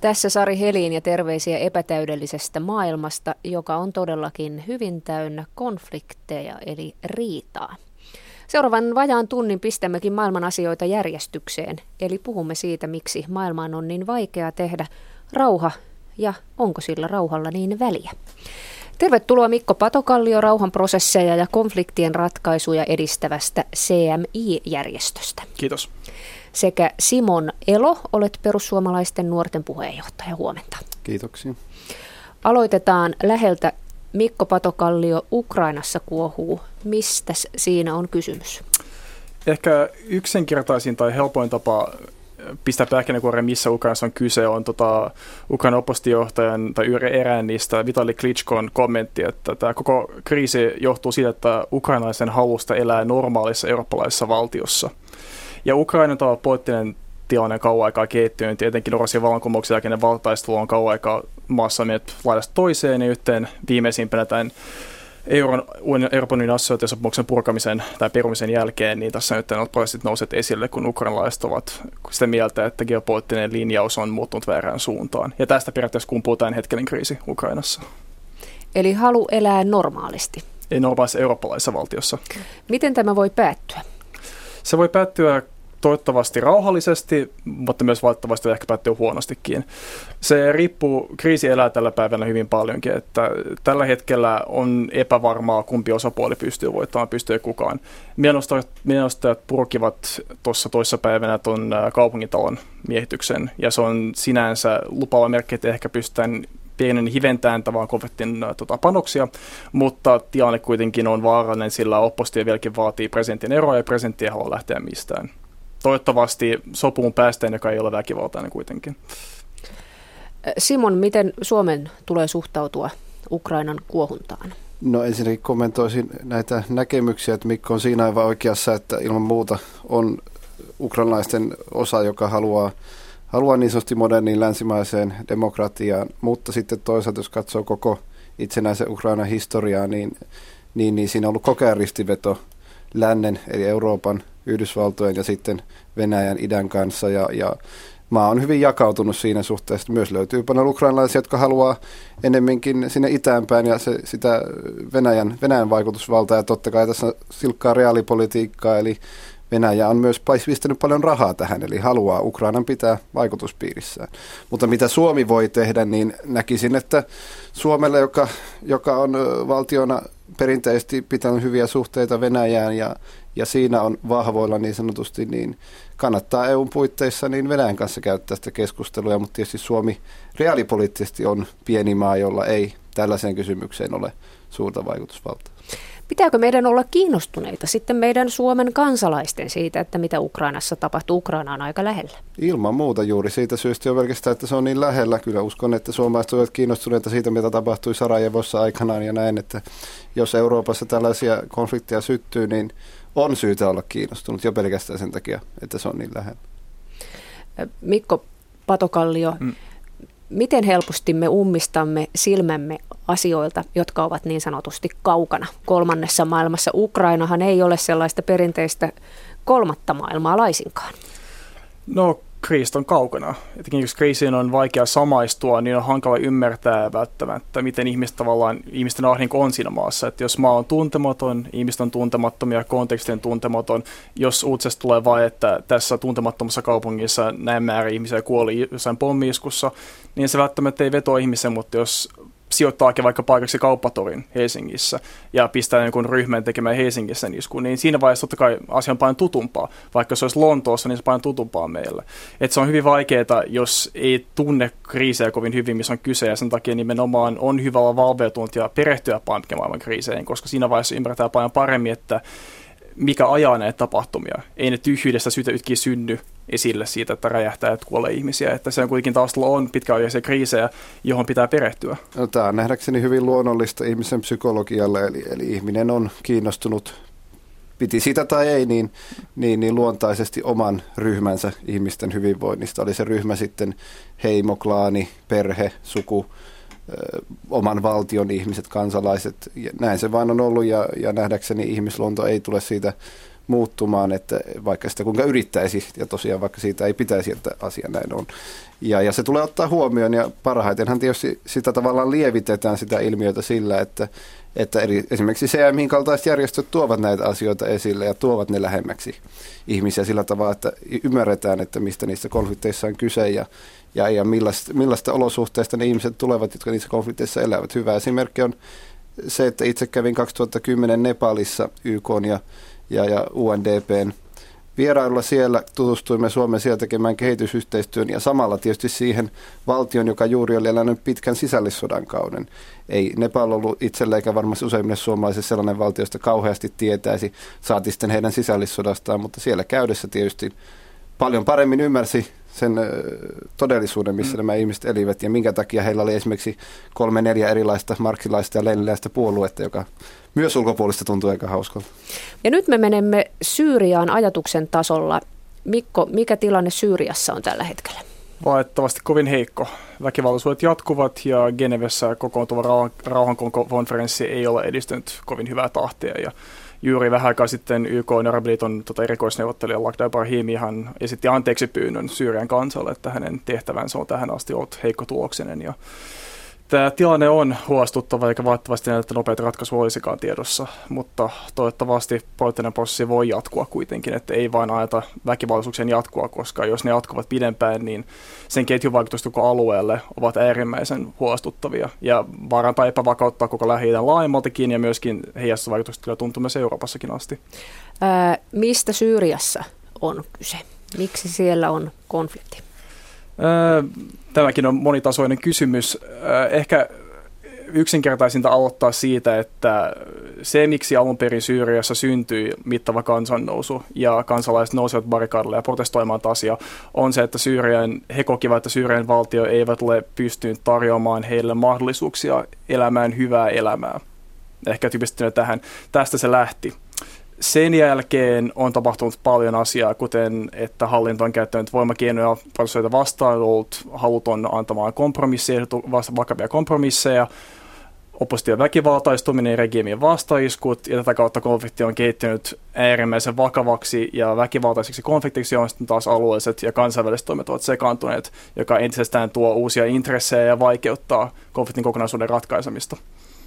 Tässä Sari Helin ja terveisiä epätäydellisestä maailmasta, joka on todellakin hyvin täynnä konflikteja eli riitaa. Seuraavan vajaan tunnin pistämmekin maailman asioita järjestykseen, eli puhumme siitä, miksi maailmaan on niin vaikea tehdä rauha ja onko sillä rauhalla niin väliä. Tervetuloa Mikko Patokallio rauhanprosesseja ja konfliktien ratkaisuja edistävästä CMI-järjestöstä. Kiitos. Sekä Simon Elo, olet perussuomalaisten nuorten puheenjohtaja. Huomenta. Kiitoksia. Aloitetaan läheltä. Mikko Patokallio, Ukrainassa kuohuu. Mistä siinä on kysymys? Ehkä yksinkertaisin tai helpoin tapa pistää pähkinänkuoreen, missä Ukrainassa on kyse, on Ukrainan oppositiojohtajan tai erään niistä Vitali Klitschkon kommentti, että tämä koko kriisi johtuu siitä, että ukrainalaisen halusta elää normaalissa eurooppalaisessa valtiossa. Ja Ukrainan poliittinen tilanne on kauan aikaa kehittynyt, etenkin Norjan vallankumouksen jälkeinen valtataistelu on kauan aikaa maassa mennyt laidasta toiseen, ja yhteen viimeisimpänä tämän Euroopan unionin assosiaatiosopimuksen purkamisen tai perumisen jälkeen, niin tässä nyt prosessit nouset esille, kun ukrainalaiset ovat sitä mieltä, että geopoliittinen linjaus on muuttunut väärään suuntaan. Ja tästä periaatteessa kumpuu tämän hetkinen kriisi Ukrainassa. Eli halu elää normaalisti. Ei normaalissa eurooppalaisessa valtiossa. Miten tämä voi päättyä? Se voi päättyä toivottavasti rauhallisesti, mutta myös valitettavasti ehkä päättyy huonostikin. Se riippuu, kriisi elää tällä päivänä hyvin paljonkin, että tällä hetkellä on epävarmaa, kumpi osapuoli pystyy voittamaan, pystyy kukaan. Mielenosoittajat purkivat tuossa toissa päivänä tuon kaupungintalon miehityksen, ja se on sinänsä lupaava merkki, että ehkä pystytään pienen hiventään tavallaan konfliktin panoksia, mutta tilanne kuitenkin on vaarallinen, sillä oppositio vieläkin vaatii presidentin eroa, ja presidentti ei halua lähteä mistään. Toivottavasti sopuun päästään, joka ei ole väkivaltainen kuitenkin. Simon, miten Suomen tulee suhtautua Ukrainan kuohuntaan? No ensinnäkin kommentoisin näitä näkemyksiä, että Mikko on siinä aivan oikeassa, että ilman muuta on ukrainalaisten osa, joka haluaa niin sanotusti moderniin länsimaiseen demokratiaan, mutta sitten toisaalta, jos katsoo koko itsenäisen Ukrainan historiaa, niin siinä on ollut koko ajan ristiveto lännen, eli Euroopan, Yhdysvaltojen ja sitten Venäjän idän kanssa, ja maa on hyvin jakautunut siinä suhteessa. Myös löytyy paljon ukrainalaisia, jotka haluaa enemmänkin sinne itäänpäin ja sitä Venäjän vaikutusvaltaa, ja totta kai tässä on silkkaa reaalipolitiikkaa, eli Venäjä on myös pistänyt paljon rahaa tähän, eli haluaa Ukrainan pitää vaikutuspiirissään. Mutta mitä Suomi voi tehdä, niin näkisin, että Suomelle, joka on valtiona perinteisesti pitänyt hyviä suhteita Venäjään ja siinä on vahvoilla niin sanotusti, niin kannattaa EUn puitteissa niin Venäjän kanssa käyttää sitä keskustelua, mutta tietysti Suomi reaalipoliittisesti on pieni maa, jolla ei tällaiseen kysymykseen ole suurta vaikutusvaltaa. Pitääkö meidän olla kiinnostuneita sitten meidän Suomen kansalaisten siitä, että mitä Ukrainassa tapahtuu? Ukraina on aika lähellä. Ilman muuta juuri siitä syystä jo pelkästään, että se on niin lähellä. Kyllä uskon, että suomalaiset ovat kiinnostuneita siitä, mitä tapahtui Sarajevossa aikanaan, ja näin, että jos Euroopassa tällaisia konflikteja syttyy, niin on syytä olla kiinnostunut jo pelkästään sen takia, että se on niin lähellä. Mikko Patokallio, miten helposti me ummistamme silmämme asioilta, jotka ovat niin sanotusti kaukana kolmannessa maailmassa? Ukrainahan ei ole sellaista perinteistä kolmatta maailmaa laisinkaan. No, kriisi on kaukana. Etenkin jos kriisiin on vaikea samaistua, niin on hankala ymmärtää välttämättä, miten ihmisten ahdinko on siinä maassa. Että jos maa on tuntematon, ihmiset on tuntemattomia, konteksti on tuntematon, jos uutisesta tulee vain, että tässä tuntemattomassa kaupungissa näin määrä ihmisiä kuoli jossain pommi-iskussa, niin se välttämättä ei vetoa ihmisen, mutta jos sijoittaakin vaikka paikaksi kauppatorin Helsingissä ja pistää jonkun ryhmän tekemään Helsingissä iskun, niin siinä vaiheessa totta kai asia on paljon tutumpaa. Vaikka se olisi Lontoossa, niin se on paljon tutumpaa meille. Et se on hyvin vaikeaa, jos ei tunne kriisejä kovin hyvin, missä on kyse, ja sen takia nimenomaan on hyvä olla valveutunut ja perehtyä paljon maailman kriiseihin, koska siinä vaiheessa ymmärretään paljon paremmin, että mikä ajaa näitä tapahtumia. Ei ne tyhjyydestä syytä ytkin synny esille siitä, että räjähtää ja kuolee ihmisiä. Että se on kuitenkin taustalla on pitkäaikaisia kriisejä, johon pitää perehtyä. No, tämä on nähdäkseni hyvin luonnollista ihmisen psykologialle, eli ihminen on kiinnostunut, piti sitä tai ei, niin luontaisesti oman ryhmänsä ihmisten hyvinvoinnista. Oli se ryhmä sitten heimo, klaani, perhe, suku, oman valtion ihmiset, kansalaiset. Näin se vain on ollut, ja nähdäkseni ihmisluonto ei tule siitä muuttumaan, että vaikka sitä kuinka yrittäisi, ja tosiaan vaikka siitä ei pitäisi, että asia näin on. Ja se tulee ottaa huomioon, ja parhaitenhan tietysti sitä tavallaan lievitetään sitä ilmiötä sillä, että esimerkiksi CMI:n kaltaiset järjestöt tuovat näitä asioita esille ja tuovat ne lähemmäksi ihmisiä sillä tavalla, että ymmärretään, että mistä niissä konflikteissa on kyse ja millaista olosuhteista ne ihmiset tulevat, jotka niissä konflikteissa elävät. Hyvä esimerkki on se, että itse kävin 2010 Nepalissa YK:n ja UNDP:n vierailulla siellä, tutustuimme Suomen siellä tekemään kehitysyhteistyön ja samalla tietysti siihen valtion, joka juuri oli elänyt pitkän sisällissodan kauden. Ei Nepal ollut itselle eikä varmasti useimmille suomalaisille sellainen valtio, josta kauheasti tietäisi, saati sitten heidän sisällissodastaan, mutta siellä käydessä tietysti paljon paremmin ymmärsi sen todellisuuden, missä nämä ihmiset elivät ja minkä takia heillä oli esimerkiksi 3-4 erilaista marksilaista ja leniniläistä puoluetta, joka myös ulkopuolista tuntuu aika hauskalta. Ja nyt me menemme Syyriaan ajatuksen tasolla. Mikko, mikä tilanne Syyriassa on tällä hetkellä? Valitettavasti kovin heikko. Väkivaltaisuudet jatkuvat ja Genevessä kokoontuva rauhankonferenssi ei ole edistynyt kovin hyvää tahtia. Ja juuri vähän aikaa sitten YK ja Arabiliiton erikoisneuvottelija Lakhdar Brahimi hän esitti anteeksi pyynnön Syyrian kansalle, että hänen tehtävänsä on tähän asti ollut heikkotuloksinen. Ja tämä tilanne on huolestuttava, eikä valitettavasti näin, että nopeat ratkaisu olisikaan tiedossa, mutta toivottavasti poliittinen prosessi voi jatkua kuitenkin, että ei vain ajata väkivaltaisuuksien jatkua, koska jos ne jatkuvat pidempään, niin sen ketjuvaikutukset koko alueelle ovat äärimmäisen huolestuttavia ja vaarantaa epävakauttaa koko Lähi-idän laajemmaltakin ja myöskin heijastusvaikutukset kyllä tuntuu myös Euroopassakin asti. Mistä Syyriassa on kyse? Miksi siellä on konflikti? Tämäkin on monitasoinen kysymys. Ehkä yksinkertaisinta aloittaa siitä, että se, miksi alun perin Syyriassa syntyi mittava kansannousu ja kansalaiset nousivat barrikaadille ja protestoimaan asiaa, on se, että he kokivat, että Syyrian valtio eivät ole pystynyt tarjoamaan heille mahdollisuuksia elämään hyvää elämää. Ehkä typistettynä tästä se lähti. Sen jälkeen on tapahtunut paljon asiaa, kuten että hallinto on käyttänyt voimakeinoja prosesseita vastaan, ollut haluton antamaan vakavia kompromisseja, opposition väkivaltaistuminen, regiimien vastaiskut, ja tätä kautta konflikti on kehittynyt äärimmäisen vakavaksi ja väkivaltaiseksi konfliktiksi, on sitten taas alueelliset ja kansainväliset toimet ovat sekaantuneet, joka entisestään tuo uusia intressejä ja vaikeuttaa konfliktin kokonaisuuden ratkaisemista.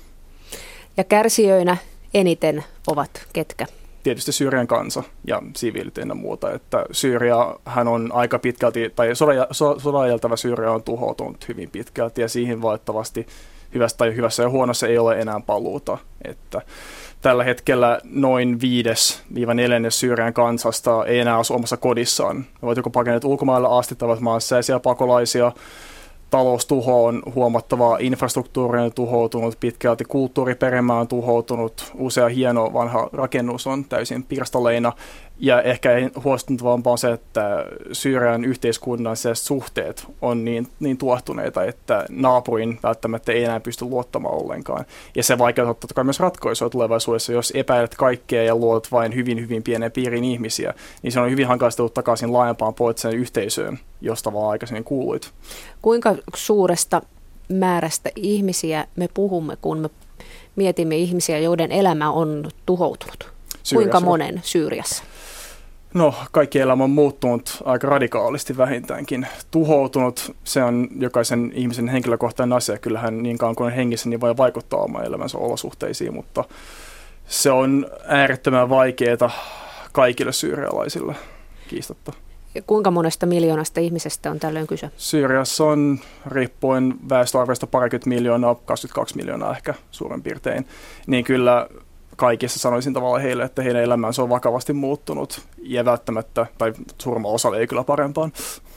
Ja kärsijöinä eniten ovat ketkä? Tietysti Syyrian kansa ja siviilit ennen muuta, että Syyriahan on aika pitkälti, tai sodan edeltävä Syyria on tuhoutunut hyvin pitkälti ja siihen valitettavasti hyvässä ja huonossa ei ole enää paluuta, että tällä hetkellä noin 5-4 Syyrian kansasta ei enää asu omassa kodissaan. Ne ovat joko pakenneet ulkomaille asti, ovat maassa sisäisiä pakolaisia. Taloustuho on huomattavaa, infrastruktuuri on tuhoutunut, pitkälti kulttuuriperimä on tuhoutunut, usea hieno vanha rakennus on täysin pirstaleina. Ja ehkä huolestuttavampaa on se, että Syyrian yhteiskunnan suhteet on niin tuohtuneita, että naapurin välttämättä ei enää pysty luottamaan ollenkaan. Ja se vaikeuttaa totta kai myös ratkaisua tulevaisuudessa, jos epäilet kaikkea ja luotat vain hyvin, hyvin pienen piirin ihmisiä, niin se on hyvin hankalaa tulla takaisin laajempaan poliittiseen yhteisöön, josta vaan aikaisemmin kuuluit. Kuinka suuresta määrästä ihmisiä me puhumme, kun me mietimme ihmisiä, joiden elämä on tuhoutunut? Kuinka monen Syyriassa? No, kaikki elämä on muuttunut aika radikaalisti vähintäänkin. Tuhoutunut, se on jokaisen ihmisen henkilökohtainen asia. Kyllähän niin kauan kuin on hengissä, niin voi vaikuttaa oman elämänsä olosuhteisiin, mutta se on äärettömän vaikeaa kaikille syyrialaisille, kiistatta. Ja kuinka monesta miljoonasta ihmisestä on tällöin kyse? Syyriassa on, riippuen väestöarviosta, 20 miljoonaa, 22 miljoonaa ehkä suurin piirtein, niin kyllä kaikissa sanoisin tavallaan heille, että heidän elämänsä on vakavasti muuttunut ja välttämättä, tai suurimman osalle ei kyllä parempaan.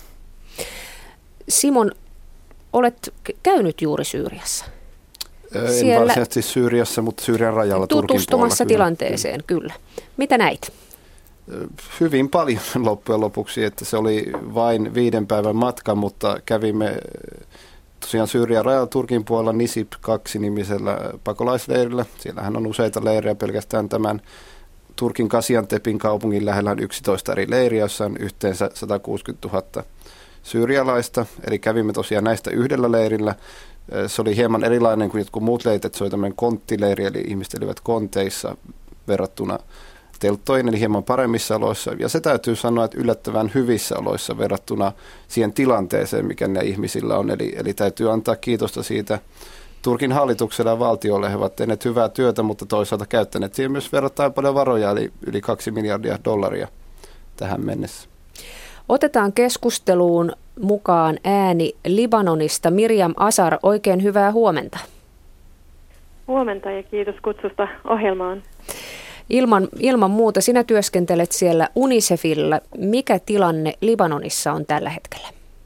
Simon, olet käynyt juuri Syyriassa. En varsinaisesti Syyriassa, mutta Syyrian rajalla Turkin puolella. Tutustumassa tilanteeseen, kyllä. Mitä näit? Hyvin paljon loppujen lopuksi, että se oli vain 5 päivän matka, mutta kävimme tosiaan Syyrian rajalla Turkin puolella Nisip 2-nimisellä pakolaisleirillä. Siellähän on useita leirejä, pelkästään tämän Turkin Gaziantepin kaupungin lähellä on 11 eri leiriä, jossa on yhteensä 160 000 syyrialaista. Eli kävimme tosiaan näistä yhdellä leirillä. Se oli hieman erilainen kuin jotkut muut leirit, että se oli tämmöinen konttileiri, eli ihmiset elivät konteissa verrattuna telttoihin, eli hieman paremmissa oloissa. Ja se täytyy sanoa, että yllättävän hyvissä oloissa verrattuna siihen tilanteeseen, mikä ne ihmisillä on. Eli täytyy antaa kiitosta siitä Turkin hallitukselle ja valtiolle. He ovat tehneet hyvää työtä, mutta toisaalta käyttäneet siihen myös verrattain paljon varoja, eli yli $2 miljardia tähän mennessä. Otetaan keskusteluun mukaan ääni Libanonista. Miriam Asar, oikein hyvää huomenta. Huomenta ja kiitos kutsusta ohjelmaan. Ilman muuta sinä työskentelet siellä UNICEFillä. Mikä tilanne Libanonissa on tällä hetkellä?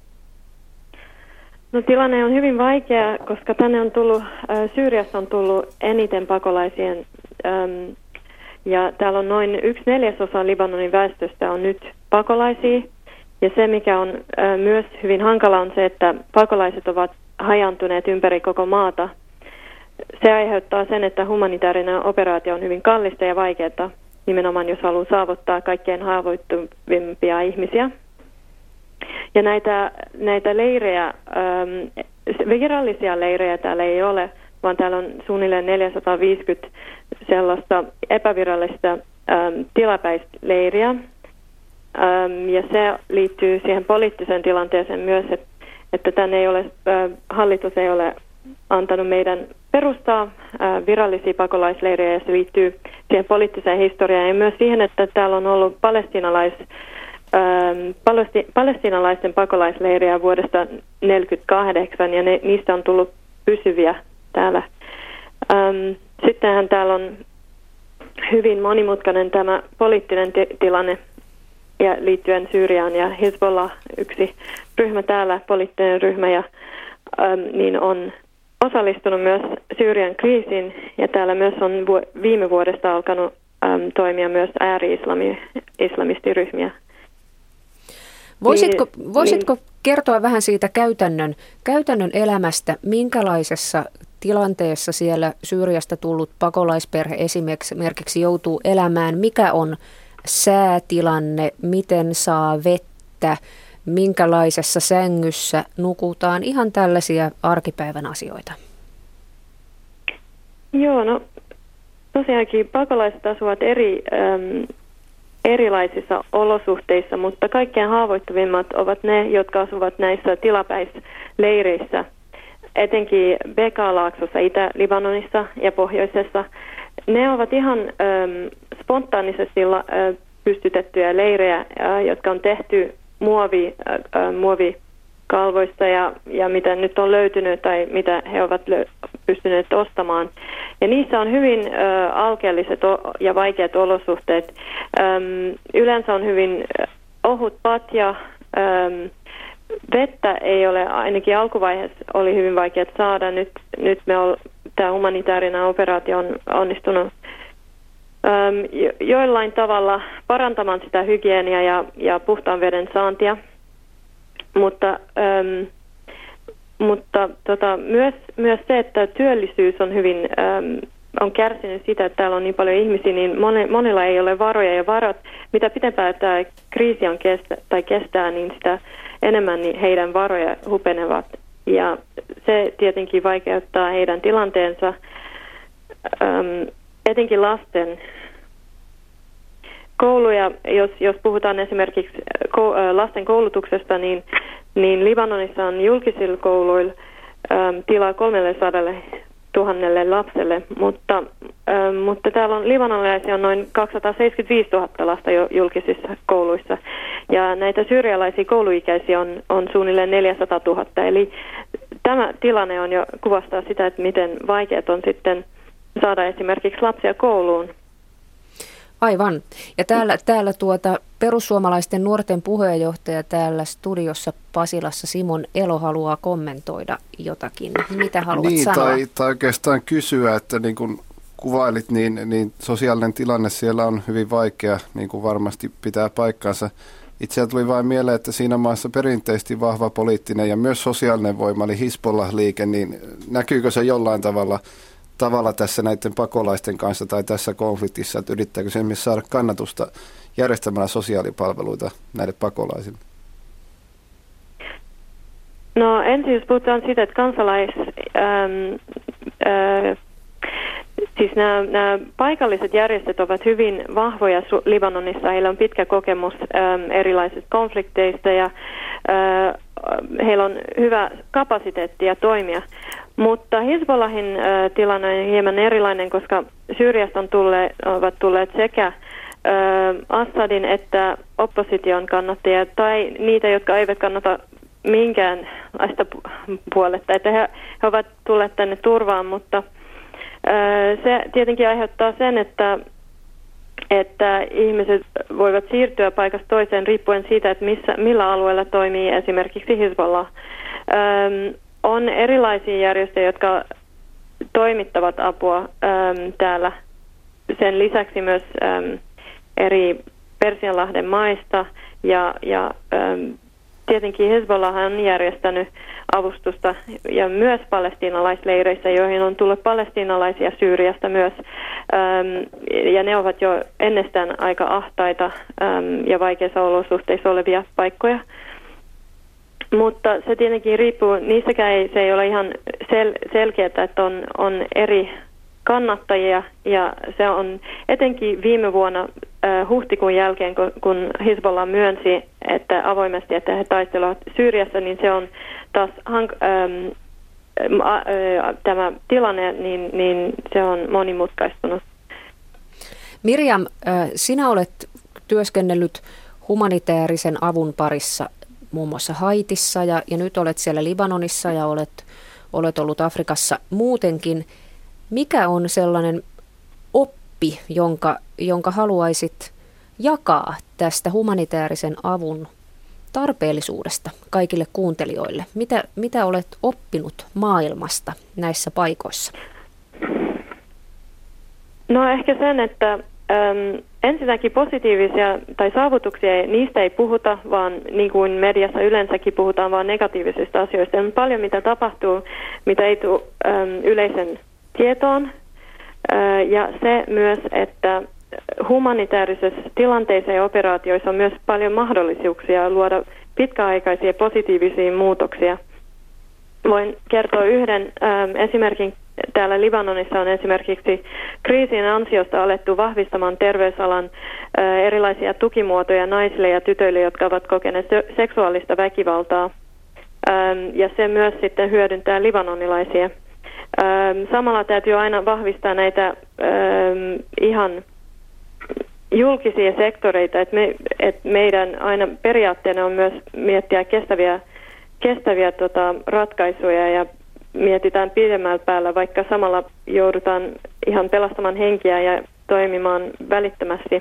No, tilanne on hyvin vaikea, koska tänne on tullut, Syyriassa on tullut eniten pakolaisia ja täällä on noin 1/4 Libanonin väestöstä on nyt pakolaisia. Ja se, mikä on myös hyvin hankala, on se, että pakolaiset ovat hajantuneet ympäri koko maata. Se aiheuttaa sen, että humanitaarinen operaatio on hyvin kallista ja vaikeaa, nimenomaan jos haluaa saavuttaa kaikkein haavoittuvimpia ihmisiä. Ja näitä leirejä, virallisia leirejä täällä ei ole, vaan täällä on suunnilleen 450 sellaista epävirallista tilapäistä leiriä. Ja se liittyy siihen poliittiseen tilanteeseen myös, että tänne ei ole, hallitus ei ole antanut meidän perustaa virallisia pakolaisleirejä, ja se liittyy siihen poliittiseen historiaan ja myös siihen, että täällä on ollut palestiinalaisten pakolaisleirejä vuodesta 1948 ja niistä on tullut pysyviä täällä. Sittenhän täällä on hyvin monimutkainen tämä poliittinen tilanne ja liittyen Syyriaan ja Hezbollah, yksi ryhmä täällä, poliittinen ryhmä, ja niin on osallistunut myös Syyrian kriisiin, ja täällä myös on viime vuodesta alkanut toimia myös ääri-islamistiryhmiä. Voisitko kertoa vähän siitä käytännön elämästä, minkälaisessa tilanteessa siellä Syyriasta tullut pakolaisperhe esimerkiksi joutuu elämään, mikä on säätilanne, miten saa vettä, minkälaisessa sängyssä nukutaan, ihan tällaisia arkipäivän asioita? Joo, no tosiaankin pakolaiset asuvat erilaisissa olosuhteissa, mutta kaikkein haavoittuvimmat ovat ne, jotka asuvat näissä tilapäisleireissä, etenkin Bekaa-laaksossa, Itä-Libanonissa ja pohjoisessa. Ne ovat ihan spontaanisesti pystytettyjä leirejä, jotka on tehty muovikalvoista ja mitä nyt on löytynyt tai mitä he ovat pystyneet ostamaan. Ja niissä on hyvin alkeelliset ja vaikeat olosuhteet. Yleensä on hyvin ohut patja. Vettä ei ole, ainakin alkuvaiheessa oli hyvin vaikea saada. Nyt tämä humanitaarinen operaatio on onnistunut joillain tavalla parantamaan sitä hygieniaa ja puhtaan veden saantia, mutta myös se, että työllisyys on hyvin on kärsinyt sitä, että täällä on niin paljon ihmisiä, niin monilla ei ole varoja ja varat. Mitä pitempään tämä kriisi on kestää, niin sitä enemmän niin heidän varoja hupenevat. Ja se tietenkin vaikeuttaa heidän tilanteensa, etenkin lasten kouluja. Jos puhutaan esimerkiksi lasten koulutuksesta, niin Libanonissa on julkisilla kouluilla tilaa 300 000 lapselle, mutta täällä on libanonilaisia on noin 275 000 lasta jo julkisissa kouluissa. Ja näitä syyrialaisia kouluikäisiä on suunnilleen 400 000. Eli tämä tilanne on jo kuvastaa sitä, että miten vaikeat on sitten saada esimerkiksi lapsia kouluun. Aivan. Ja täällä perussuomalaisten nuorten puheenjohtaja täällä studiossa Pasilassa Simon Elo haluaa kommentoida jotakin. Mitä haluat sanoa? Tai oikeastaan kysyä, että niin kuin kuvailit, niin sosiaalinen tilanne siellä on hyvin vaikea, niin kuin varmasti pitää paikkansa. Itseään tuli vain mieleen, että siinä maassa perinteisesti vahva poliittinen ja myös sosiaalinen voima, eli Hizbollah-liike, niin näkyykö se jollain tavalla tässä näiden pakolaisten kanssa tai tässä konfliktissa, että yrittääkö se esimerkiksi saada kannatusta järjestämällä sosiaalipalveluita näille pakolaisille? No ensin jos puhutaan siitä, että Siis nämä paikalliset järjestöt ovat hyvin vahvoja Libanonissa. Heillä on pitkä kokemus erilaisista konflikteista ja heillä on hyvä kapasiteettia toimia. Mutta Hizbollahin tilanne on hieman erilainen, koska Syyriasta ovat tulleet sekä Assadin että opposition kannattajia tai niitä, jotka eivät kannata minkäänlaista puoletta. Että he ovat tulleet tänne turvaan, mutta se tietenkin aiheuttaa sen, että ihmiset voivat siirtyä paikasta toiseen riippuen siitä, että millä alueella toimii esimerkiksi Hizbollah. On erilaisia järjestöjä, jotka toimittavat apua täällä. Sen lisäksi myös eri Persianlahden maista ja tietenkin Hezbollah on järjestänyt avustusta ja myös palestiinalaisleireissä, joihin on tullut palestiinalaisia Syyriasta myös. Ja ne ovat jo ennestään aika ahtaita ja vaikeissa olosuhteissa olevia paikkoja. Mutta se tietenkin riippuu, niissäkään se ei ole ihan selkeää, että on eri kannattajia ja se on etenkin viime vuonna huhtikuun jälkeen, kun Hizbollah myönsi että avoimesti, että he taistelevat Syyriassa, niin se on taas tämä tilanne, niin se on monimutkaistunut. Mirjam, sinä olet työskennellyt humanitaarisen avun parissa muun muassa Haitissa ja nyt olet siellä Libanonissa ja olet ollut Afrikassa muutenkin. Mikä on sellainen oppi, jonka haluaisit jakaa tästä humanitaarisen avun tarpeellisuudesta kaikille kuuntelijoille? Mitä olet oppinut maailmasta näissä paikoissa? No ehkä sen, että ensinnäkin positiivisia tai saavutuksia, niistä ei puhuta, vaan niin kuin mediassa yleensäkin puhutaan vaan negatiivisista asioista. On paljon mitä tapahtuu, mitä ei tule yleisen tietoon. Ja se myös, että humanitaarisessa tilanteissa ja operaatioissa on myös paljon mahdollisuuksia luoda pitkäaikaisia positiivisia muutoksia. Voin kertoa yhden esimerkin. Täällä Libanonissa on esimerkiksi kriisin ansiosta alettu vahvistamaan terveysalan erilaisia tukimuotoja naisille ja tytöille, jotka ovat kokeneet seksuaalista väkivaltaa. Ja se myös sitten hyödyntää libanonilaisia. Samalla täytyy aina vahvistaa näitä ihan julkisia sektoreita, että meidän aina periaatteena on myös miettiä kestäviä ratkaisuja ja mietitään pidemmällä päällä, vaikka samalla joudutaan ihan pelastamaan henkiä ja toimimaan välittömästi.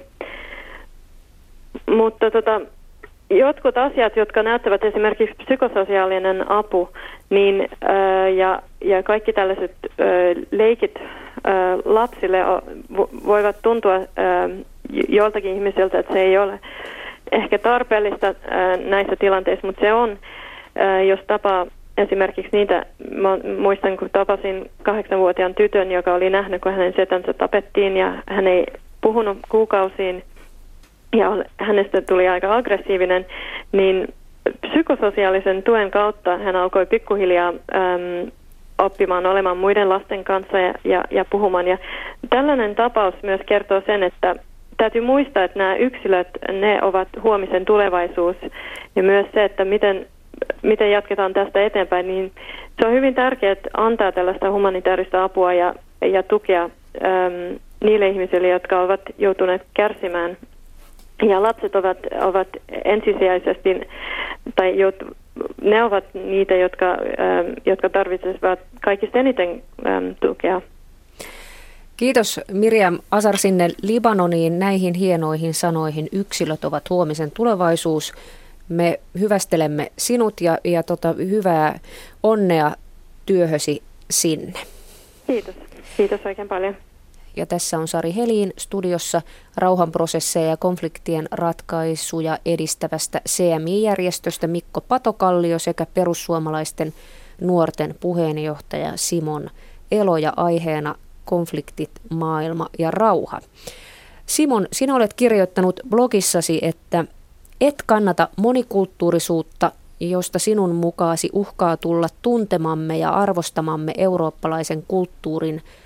Mutta jotkut asiat, jotka näyttävät esimerkiksi psykososiaalinen apu, niin, ja kaikki tällaiset leikit lapsille voivat tuntua joltakin ihmisiltä, että se ei ole ehkä tarpeellista näissä tilanteissa, mutta se on, jos tapaa esimerkiksi niitä, muistan kun tapasin 8-vuotiaan tytön, joka oli nähnyt, kun hänen setänsä tapettiin ja hän ei puhunut kuukausiin ja hänestä tuli aika aggressiivinen, niin psykososiaalisen tuen kautta hän alkoi pikkuhiljaa oppimaan olemaan muiden lasten kanssa ja puhumaan. Ja tällainen tapaus myös kertoo sen, että täytyy muistaa, että nämä yksilöt, ne ovat huomisen tulevaisuus ja myös se, että miten jatketaan tästä eteenpäin, niin se on hyvin tärkeää antaa tällaista humanitaarista apua ja tukea niille ihmisille, jotka ovat joutuneet kärsimään. Ja lapset ovat ensisijaisesti, tai ne ovat niitä, jotka tarvitsevat kaikista eniten tukea. Kiitos Mirjam Azar sinne Libanoniin näihin hienoihin sanoihin. Yksilöt ovat huomisen tulevaisuus. Me hyvästelemme sinut ja hyvää onnea työhösi sinne. Kiitos. Kiitos oikein paljon. Ja tässä on Sari Helin studiossa rauhanprosesseja ja konfliktien ratkaisuja edistävästä CMI-järjestöstä Mikko Patokallio sekä perussuomalaisten nuorten puheenjohtaja Simon Elo ja aiheena konfliktit, maailma ja rauha. Simon, sinä olet kirjoittanut blogissasi, että et kannata monikulttuurisuutta, josta sinun mukaasi uhkaa tulla tuntemamme ja arvostamamme eurooppalaisen kulttuurin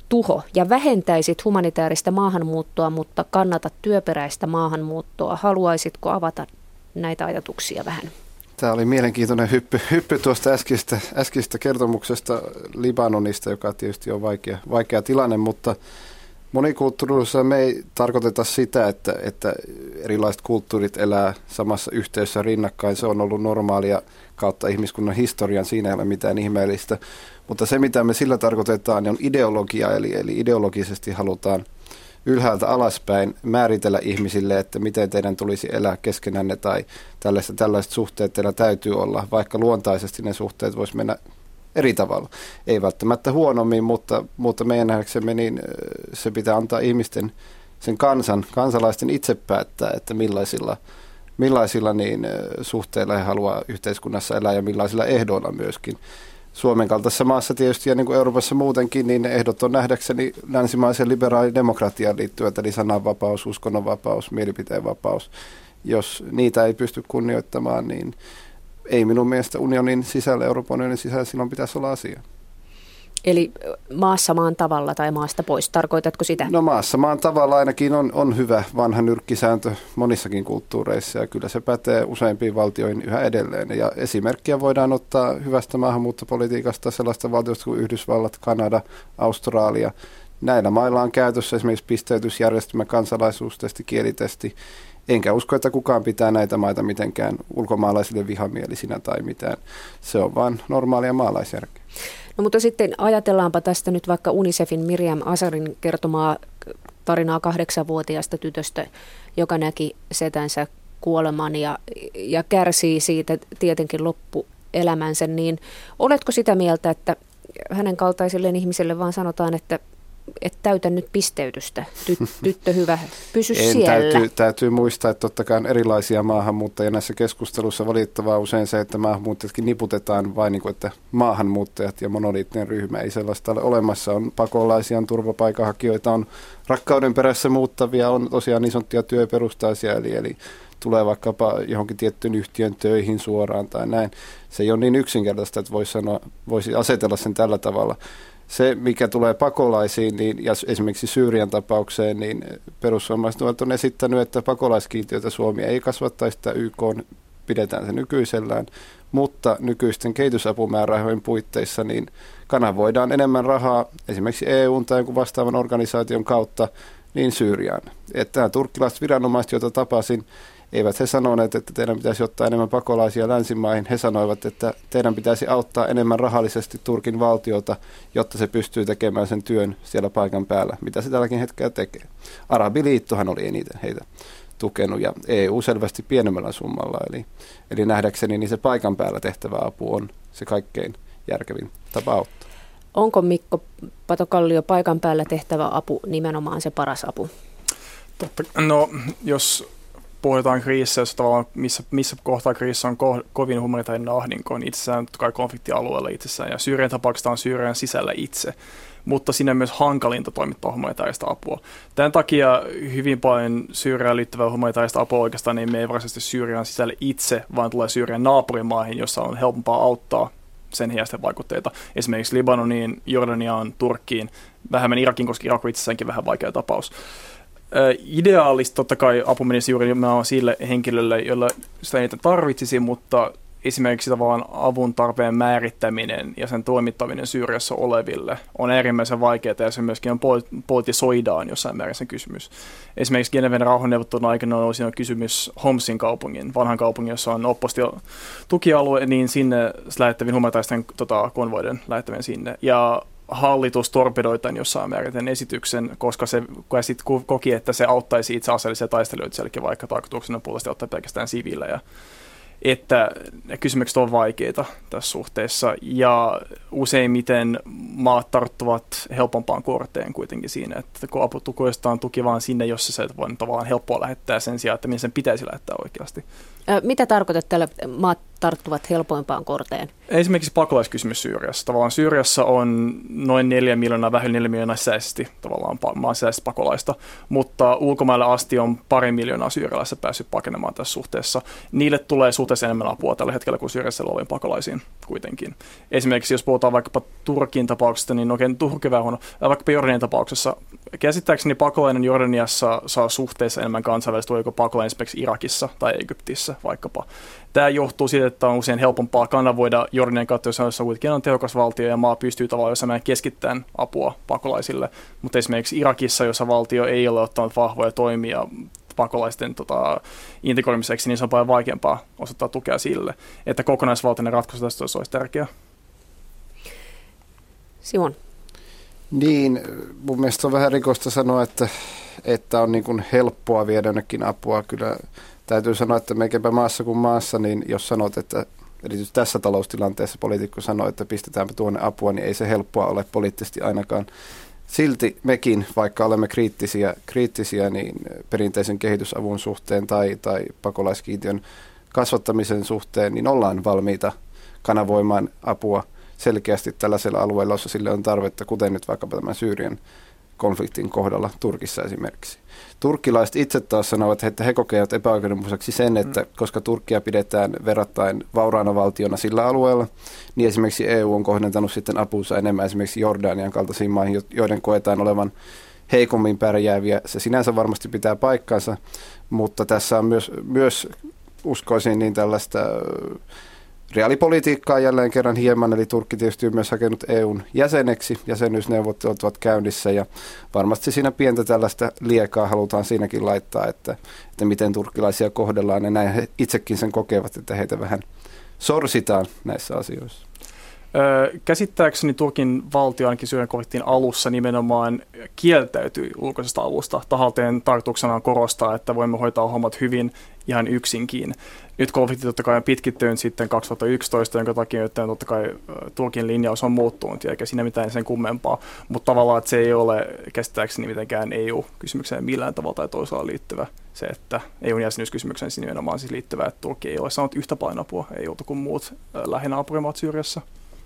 tuho ja vähentäisit humanitaarista maahanmuuttoa, mutta kannatat työperäistä maahanmuuttoa. Haluaisitko avata näitä ajatuksia vähän? Tämä oli mielenkiintoinen hyppy tuosta äskeisestä kertomuksesta Libanonista, joka tietysti on vaikea tilanne, mutta monikulttuurisuudessa me ei tarkoiteta sitä, että erilaiset kulttuurit elää samassa yhteydessä rinnakkain. Se on ollut normaalia kautta ihmiskunnan historian, siinä ei ole mitään ihmeellistä. Mutta se, mitä me sillä tarkoitetaan, niin on ideologia, eli ideologisesti halutaan ylhäältä alaspäin määritellä ihmisille, että miten teidän tulisi elää keskenänne tai tällaiset suhteet teillä täytyy olla, vaikka luontaisesti ne suhteet vois mennä eri tavalla. Ei välttämättä huonommin, mutta meidän nähdäksemme niin se pitää antaa ihmisten, sen kansalaisten itse päättää, että millaisilla niin suhteilla he haluaa yhteiskunnassa elää ja millaisilla ehdoilla myöskin. Suomen kaltaisessa maassa tietysti ja niin kuin Euroopassa muutenkin, niin ne ehdot on nähdäkseni länsimaisen liberaalidemokratiaan liittyvät, eli sananvapaus, uskonnonvapaus, mielipiteenvapaus. Jos niitä ei pysty kunnioittamaan, niin ei minun mielestä unionin sisällä, Euroopan unionin sisällä silloin pitäisi olla asia. Eli maassa maan tavalla tai maasta pois, tarkoitatko sitä? No maassa maan tavalla ainakin on hyvä vanha nyrkkisääntö monissakin kulttuureissa ja kyllä se pätee useimpiin valtioihin yhä edelleen. Ja esimerkkiä voidaan ottaa hyvästä maahanmuuttopolitiikasta sellaista valtioista kuin Yhdysvallat, Kanada, Australia. Näillä mailla on käytössä esimerkiksi pisteytysjärjestelmä, kansalaisuustesti, kielitesti. Enkä usko, että kukaan pitää näitä maita mitenkään ulkomaalaisille vihamielisinä tai mitään. Se on vain normaalia maalaisjärkeä. No mutta sitten ajatellaanpa tästä nyt vaikka UNICEFin Miriam Azarin kertomaa tarinaa 8-vuotiaasta tytöstä, joka näki setänsä kuoleman ja kärsii siitä tietenkin loppuelämänsä. Niin oletko sitä mieltä, että hänen kaltaisilleen ihmiselle vaan sanotaan, että täytä nyt pisteytystä, tyttö hyvä, pysy siellä. Täytyy muistaa, että totta kai on erilaisia maahanmuuttajia näissä keskusteluissa. Valittavaa usein se, että maahanmuuttajatkin niputetaan vain niin kuin, että maahanmuuttajat ja monoliittinen ryhmä. Ei sellaista ole olemassa. On pakolaisia, on turvapaikanhakijoita, on rakkauden perässä muuttavia, on tosiaan niin sanottuja työperustaisia, eli tulee vaikkapa johonkin tiettyyn yhtiön töihin suoraan tai näin. Se ei ole niin yksinkertaista, että voisi asetella sen tällä tavalla. Se, mikä tulee pakolaisiin niin, ja esimerkiksi Syyrian tapaukseen, niin perussuomalaiset on esittänyt, että pakolaiskiintiötä Suomi ei kasvattaisi, sitä YK pidetään se nykyisellään, mutta nykyisten kehitysapumäärärahojen puitteissa niin kanavoidaan enemmän rahaa esimerkiksi EU:n tai jonkun vastaavan organisaation kautta niin Syyriaan. Että nämä turkkilaiset viranomaiset, joita tapasin, eivät he sanoneet, että teidän pitäisi ottaa enemmän pakolaisia länsimaihin. He sanoivat, että teidän pitäisi auttaa enemmän rahallisesti Turkin valtiota, jotta se pystyy tekemään sen työn siellä paikan päällä, mitä se tälläkin hetkellä tekee. Arabiliittohan oli eniten heitä tukenut ja EU selvästi pienemmällä summalla. Eli nähdäkseni niin se paikan päällä tehtävä apu on se kaikkein järkevin tapa auttaa. Onko Mikko Pato-Kallio paikan päällä tehtävä apu nimenomaan se paras apu? No jos puhutaan kriisissä, missä kohtaa kriisissä on kovin humanitaarinen ahdinko, niin itsessään totta kai konfliktialueella itsessään, ja Syyrian tapauksessa on Syyrian sisällä itse, mutta siinä on myös hankalinta toimittaa humanitaarista apua. Tämän takia hyvin paljon Syyriaan liittyvää humanitaarista apua oikeastaan niin me ei varsinaisesti Syyrian sisällä itse, vaan tulee Syyrian naapurimaihin, jossa on helpompaa auttaa sen heijasteen vaikutteita. Esimerkiksi Libanoniin, Jordaniaan, Turkkiin, vähemmän Irakin, koska Irak on itsessäänkin vähän vaikea tapaus. Ideaalista totta kai apu menisi juuri sille henkilölle, jolla sitä eniten tarvitsisi, mutta esimerkiksi tavallaan avun tarpeen määrittäminen ja sen toimittaminen Syyriassa oleville on äärimmäisen vaikeaa ja se myöskin on politisoidaan jossain määrin sen kysymys. Esimerkiksi Geneven rauhanneuvottelun aikana oli siinä kysymys Homsin kaupungin, vanhan kaupungin, jossa on oppositiotukialue, niin sinne lähettävien humanitaaristen konvoiden lähettävien sinne. Ja hallitus torpedoi tämän jossain määrin esityksen, koska se sitten koki, että se auttaisi itse aseellisia taistelijoita sielläkin, vaikka tarkoituksena puolesta ottaa pelkästään siviilejä. Että kysymykset on vaikeita tässä suhteessa ja useimmiten maat tarttuvat helpompaan korteen kuitenkin siinä, että kun apu tukoistaan tuki vaan sinne, jossa se voi tavallaan helppoa lähettää sen sijaan, että minne sen pitäisi lähettää oikeasti. Mitä tarkoitat tällä maat tarttuvat helpoimpaan korteen? Esimerkiksi pakolaiskysymys Syyriassa. Tavallaan Syyriassa on noin 4 miljoonaa, vähän 4 miljoonaa sisäisesti tavallaan maan sisäisesti pakolaista, mutta ulkomaille asti on 2 miljoonaa syyrialaista päässyt pakenemaan tässä suhteessa. Niille tulee suhteessa enemmän apua tällä hetkellä kuin Syyriassa oleviin pakolaisiin kuitenkin. Esimerkiksi jos puhutaan vaikkapa Turkin tapauksesta, niin oikein Turkki vähän huono. Vaikkapa Jordanian tapauksessa. Käsittääkseni pakolainen Jordaniassa saa suhteessa enemmän kansainvälistä kuin pakolainen esimerkiksi Irakissa tai Egyptissä vaikkapa. Tämä johtuu siitä, että on usein helpompaa kanavoida Jordanian kautta, jos kuitenkin on tehokas valtio ja maa pystyy tavallaan jossain keskittämään apua pakolaisille. Mutta esimerkiksi Irakissa, jossa valtio ei ole ottanut vahvoja toimia pakolaisten integroimiseksi, niin se on paljon vaikeampaa osoittaa tukea sille, että kokonaisvaltainen ratkaisu tästä olisi tärkeää. Simon. Niin, mun mielestä on vähän rikosta sanoa, että on niin kuin helppoa viedä jonnekin apua. Kyllä täytyy sanoa, että meikäpä maassa kuin maassa, niin jos sanot, että erityisesti tässä taloustilanteessa poliitikko sanoo, että pistetäänpä tuonne apua, niin ei se helppoa ole poliittisesti ainakaan. Silti mekin, vaikka olemme kriittisiä niin perinteisen kehitysavun suhteen tai pakolaiskiintiön kasvattamisen suhteen, niin ollaan valmiita kanavoimaan apua selkeästi tällaisella alueella, jossa sille on tarvetta, kuten nyt vaikkapa tämän Syyrian konfliktin kohdalla Turkissa esimerkiksi. Turkkilaiset itse taas sanovat, että he kokevat epäoikeudenmukaiseksi sen, että koska Turkkia pidetään verrattain vauraana valtiona sillä alueella, niin esimerkiksi EU on kohdentanut sitten apunsa enemmän esimerkiksi Jordanian kaltaisiin maihin, joiden koetaan olevan heikommin pärjääviä. Se sinänsä varmasti pitää paikkansa, mutta tässä on myös uskoisin niin tällaista reaalipolitiikkaa jälleen kerran hieman, eli Turkki tietysti on myös hakenut EUn jäseneksi, jäsenyysneuvottelut ovat käynnissä ja varmasti siinä pientä tällaista liekaa halutaan siinäkin laittaa, että miten turkkilaisia kohdellaan ja näin he itsekin sen kokevat, että heitä vähän sorsitaan näissä asioissa. Käsittääkseni Turkin valtio ainakin Syyrian konfliktin alussa nimenomaan kieltäytyi ulkoisesta avusta. Tahalteen tarkoituksena on korostaa, että voimme hoitaa hommat hyvin ihan yksinkin. Nyt konflikti totta kai on pitkittynyt sitten 2011, jonka takia totta kai Turkin linjaus on muuttunut, eikä siinä mitään sen kummempaa. Mutta tavallaan, että se ei ole käsittääkseni mitenkään EU-kysymykseen millään tavalla tai toisaalta liittyvä. Se, että EU-jäsenyyskysymykseen nimenomaan siis liittyvä, että Turkki ei ole saanut yhtä paljon apua EU:ta kuin muut lähinaapurimaat Syyriassa.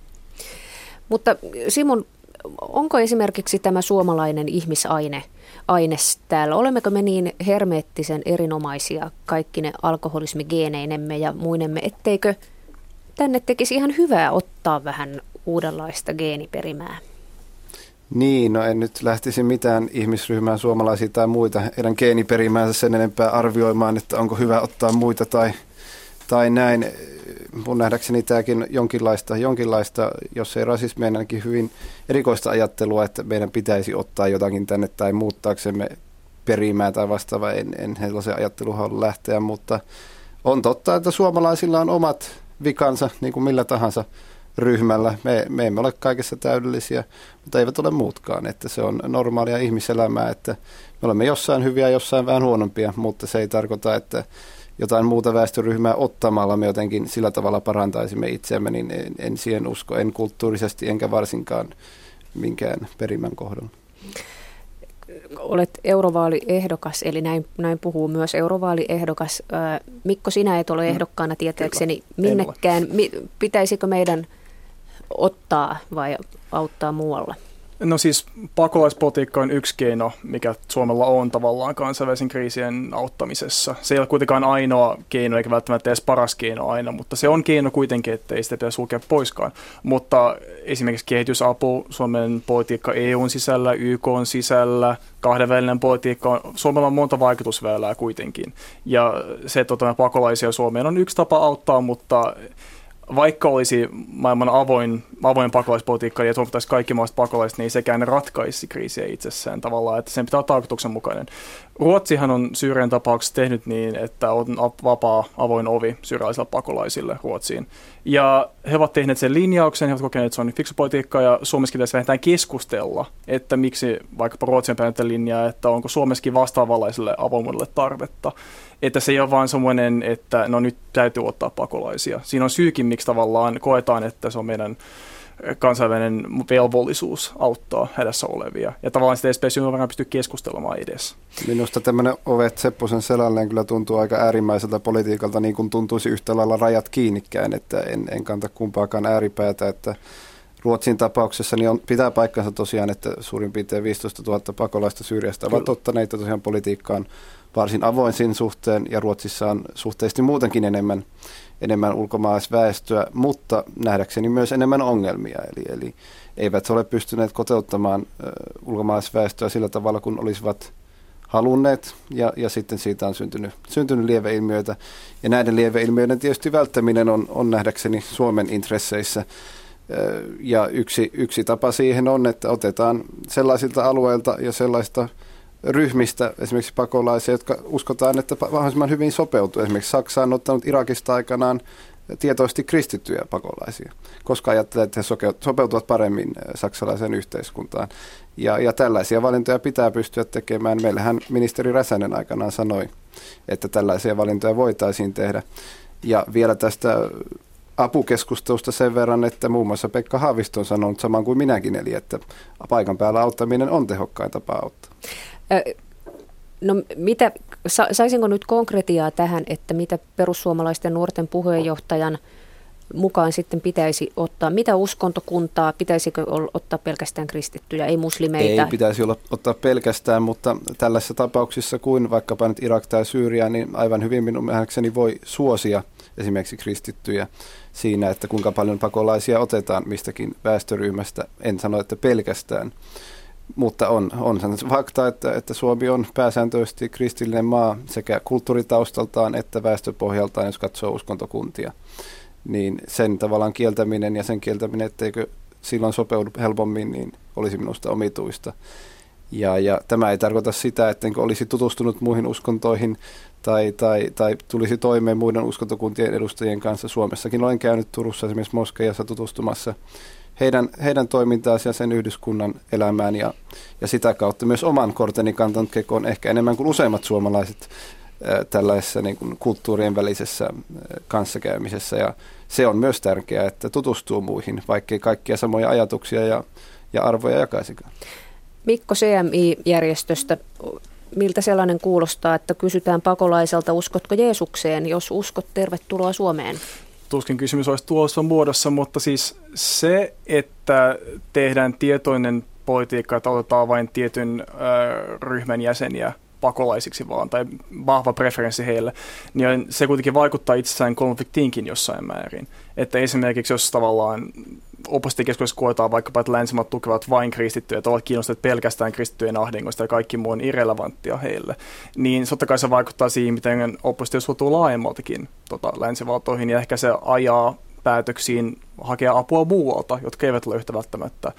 Mutta Simon, onko esimerkiksi tämä suomalainen ihmisaine täällä? Olemmeko me niin hermeettisen erinomaisia kaikkine alkoholismigeeneinemme ja muinemme, etteikö tänne tekisi ihan hyvää ottaa vähän uudenlaista geeniperimää? Niin, no en nyt lähtisi mitään ihmisryhmää, suomalaisia tai muita, heidän geeniperimäänsä sen enempää arvioimaan, että onko hyvä ottaa muita tai näin. Mun nähdäkseni tämäkin jonkinlaista, jos ei rasismia, ainakin hyvin erikoista ajattelua, että meidän pitäisi ottaa jotakin tänne tai muuttaaksemme perimää tai vastaavaa. En sellaisen ajattelun halua lähteä, mutta on totta, että suomalaisilla on omat vikansa, niin kuin millä tahansa ryhmällä. Me emme ole kaikessa täydellisiä, mutta eivät ole muutkaan. Että se on normaalia ihmiselämää, että me olemme jossain hyviä, jossain vähän huonompia, mutta se ei tarkoita, että jotain muuta väestöryhmää ottamalla me jotenkin sillä tavalla parantaisimme itseämme, niin en siihen usko, en kulttuurisesti enkä varsinkaan minkään perimän kohdalla. Olet eurovaaliehdokas, eli näin puhuu myös eurovaaliehdokas. Mikko, sinä et ole ehdokkaana tietääkseni minnekään. Pitäisikö meidän ottaa vai auttaa muualla? No siis pakolaispolitiikka on yksi keino, mikä Suomella on tavallaan kansainvälisen kriisien auttamisessa. Se ei ole kuitenkaan ainoa keino, eikä välttämättä edes paras keino aina, mutta se on keino kuitenkin, että ei sitä pidä sulkea poiskaan. Mutta esimerkiksi kehitysapu, Suomen politiikka EUn sisällä, YKn sisällä, kahdenvälinen politiikka, Suomella on monta vaikutusväylää kuitenkin. Ja se, että otamme pakolaisia Suomeen on yksi tapa auttaa, mutta vaikka olisi maailman avoin pakolaispolitiikka ja tuomittaisi kaikki maasta pakolaiset, niin ei sekään ratkaisi kriisiä itsessään tavallaan, että sen pitää olla tarkoituksenmukainen. Ruotsihan on Syyrian tapauksessa tehnyt niin, että on vapaa avoin ovi syyrialaisille pakolaisille Ruotsiin. Ja he ovat tehneet sen linjauksen, he ovat kokeneet, että se on fiksu politiikka ja Suomessakin pitäisi vähintään keskustella, että miksi vaikkapa Ruotsin päin linjaa, että onko Suomessakin vastaavanlaiselle avoimuudelle tarvetta. Että se ei ole vaan semmoinen, että no nyt täytyy ottaa pakolaisia. Siinä on syykin, miksi tavallaan koetaan, että se on meidän kansainvälinen velvollisuus auttaa hädässä olevia. Ja tavallaan sitä ei varmaan pysty keskustelemaan edes. Minusta tämmöinen ovet Sepposen selälleen kyllä tuntuu aika äärimmäiseltä politiikalta, niin kuin tuntuisi yhtä lailla rajat kiinnikään, että en kanta kumpaakaan ääripäätä, että Ruotsin tapauksessa niin pitää paikkansa tosiaan, että suurin piirtein 15 000 pakolaista Syyriasta ovat ottaneita tosiaan politiikkaan varsin avoin siinä suhteen, ja Ruotsissa on suhteellisesti muutenkin enemmän ulkomaalaisväestöä, mutta nähdäkseni myös enemmän ongelmia, eli eivät ole pystyneet toteuttamaan ulkomaalaisväestöä sillä tavalla, kun olisivat halunneet, ja sitten siitä on syntynyt lieveilmiöitä, ja näiden lieveilmiöiden tietysti välttäminen on nähdäkseni Suomen intresseissä. Ja yksi tapa siihen on, että otetaan sellaisilta alueilta ja sellaista ryhmistä esimerkiksi pakolaisia, jotka uskotaan, että mahdollisimman hyvin sopeutuu. Esimerkiksi Saksa on ottanut Irakista aikanaan tietoisesti kristittyjä pakolaisia, koska ajattelee, että he sopeutuvat paremmin saksalaiseen yhteiskuntaan. Ja tällaisia valintoja pitää pystyä tekemään. Meillähän ministeri Räsänen aikanaan sanoi, että tällaisia valintoja voitaisiin tehdä. Ja vielä tästä apukeskustelusta sen verran, että muun muassa Pekka Haavisto on sanonut saman kuin minäkin, eli että paikan päällä auttaminen on tehokkain tapa auttaa. No saisinko nyt konkretiaa tähän, että mitä perussuomalaisten nuorten puheenjohtajan mukaan sitten pitäisi ottaa? Mitä uskontokuntaa, pitäisikö ottaa pelkästään kristittyjä, ei muslimeita? Ei pitäisi ottaa pelkästään, mutta tällaisissa tapauksissa kuin vaikkapa nyt Irak tai Syyria, niin aivan hyvin minun nähdäkseni voi suosia esimerkiksi kristittyjä siinä, että kuinka paljon pakolaisia otetaan mistäkin väestöryhmästä. En sano, että pelkästään, mutta on se fakta, että Suomi on pääsääntöisesti kristillinen maa sekä kulttuuritaustaltaan että väestöpohjaltaan, jos katsoo uskontokuntia. Niin sen tavallaan kieltäminen ja sen kieltäminen, etteikö silloin sopeudu helpommin, niin olisi minusta omituista. Ja tämä ei tarkoita sitä, ettenkö olisi tutustunut muihin uskontoihin tai tulisi toimeen muiden uskontokuntien edustajien kanssa. Suomessakin olen käynyt Turussa esimerkiksi moskeijassa tutustumassa heidän toimintaansa ja sen yhdyskunnan elämään ja sitä kautta myös oman korteni kantanut kekoon ehkä enemmän kuin useimmat suomalaiset tällaisessa niin kuin kulttuurien välisessä kanssakäymisessä. Ja se on myös tärkeää, että tutustuu muihin, vaikkei kaikkia samoja ajatuksia ja arvoja jakaisikaan. Mikko CMI-järjestöstä, miltä sellainen kuulostaa, että kysytään pakolaiselta, uskotko Jeesukseen, jos uskot, tervetuloa Suomeen? Tuskin kysymys olisi tuossa muodossa, mutta siis se, että tehdään tietoinen politiikka, että otetaan vain tietyn ryhmän jäseniä pakolaisiksi vaan, tai vahva preferenssi heille, niin se kuitenkin vaikuttaa itsessään konfliktiinkin jossain määrin. Että esimerkiksi jos tavallaan oppositiokeskuudessa koetaan vaikkapa, että länsimaat tukevat vain kristittyjä, että ovat kiinnostuneet pelkästään kristittyjen ahdingosta ja kaikki muu on irrelevanttia heille, niin totta kai se vaikuttaa siihen, miten oppositio suhtautuu laajemmaltakin länsivaltoihin, ja ehkä se ajaa päätöksiin hakea apua muualta, jotka eivät ole yhtä välttämättä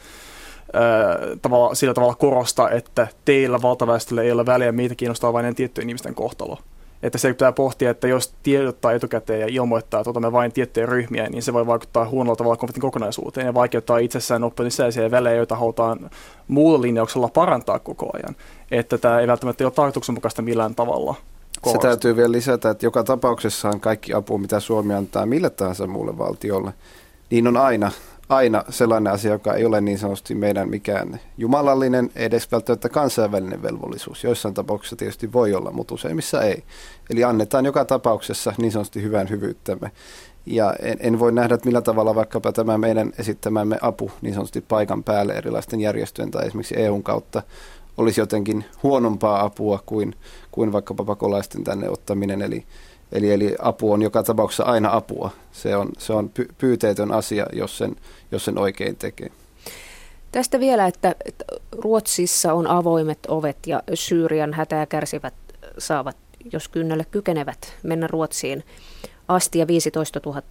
sillä tavalla korosta, että teillä valtaväestöllä ei ole väliä, meitä kiinnostaa vain tiettyjen ihmisten kohtalo. Että se pitää pohtia, että jos tiedottaa etukäteen ja ilmoittaa, että otamme vain tiettyjä ryhmiä, niin se voi vaikuttaa huonolla tavalla konfliktin kokonaisuuteen ja vaikeuttaa itsessään oppimisen välejä, joita halutaan muulla linjauksella parantaa koko ajan. Että tämä ei välttämättä ole tarkoituksenmukaista millään tavalla. Se täytyy vielä lisätä, että joka tapauksessaan kaikki apu, mitä Suomi antaa mille tahansa muulle valtiolle, niin on aina sellainen asia, joka ei ole niin sanotusti meidän mikään jumalallinen, edes välttämättä kansainvälinen velvollisuus. Joissain tapauksissa tietysti voi olla, mutta useimmissa ei. Eli annetaan joka tapauksessa niin sanotusti hyvän hyvyyttämme. Ja en voi nähdä, että millä tavalla vaikkapa tämä meidän esittämämme apu niin sanotusti paikan päälle erilaisten järjestöjen tai esimerkiksi EUn kautta olisi jotenkin huonompaa apua kuin vaikkapa pakolaisten tänne ottaminen. Eli apu on joka tapauksessa aina apua. Se on pyyteetön asia, jos sen oikein tekee. Tästä vielä, että Ruotsissa on avoimet ovet ja Syyrian hätää kärsivät saavat, jos kynnelle kykenevät, mennä Ruotsiin asti ja 15 000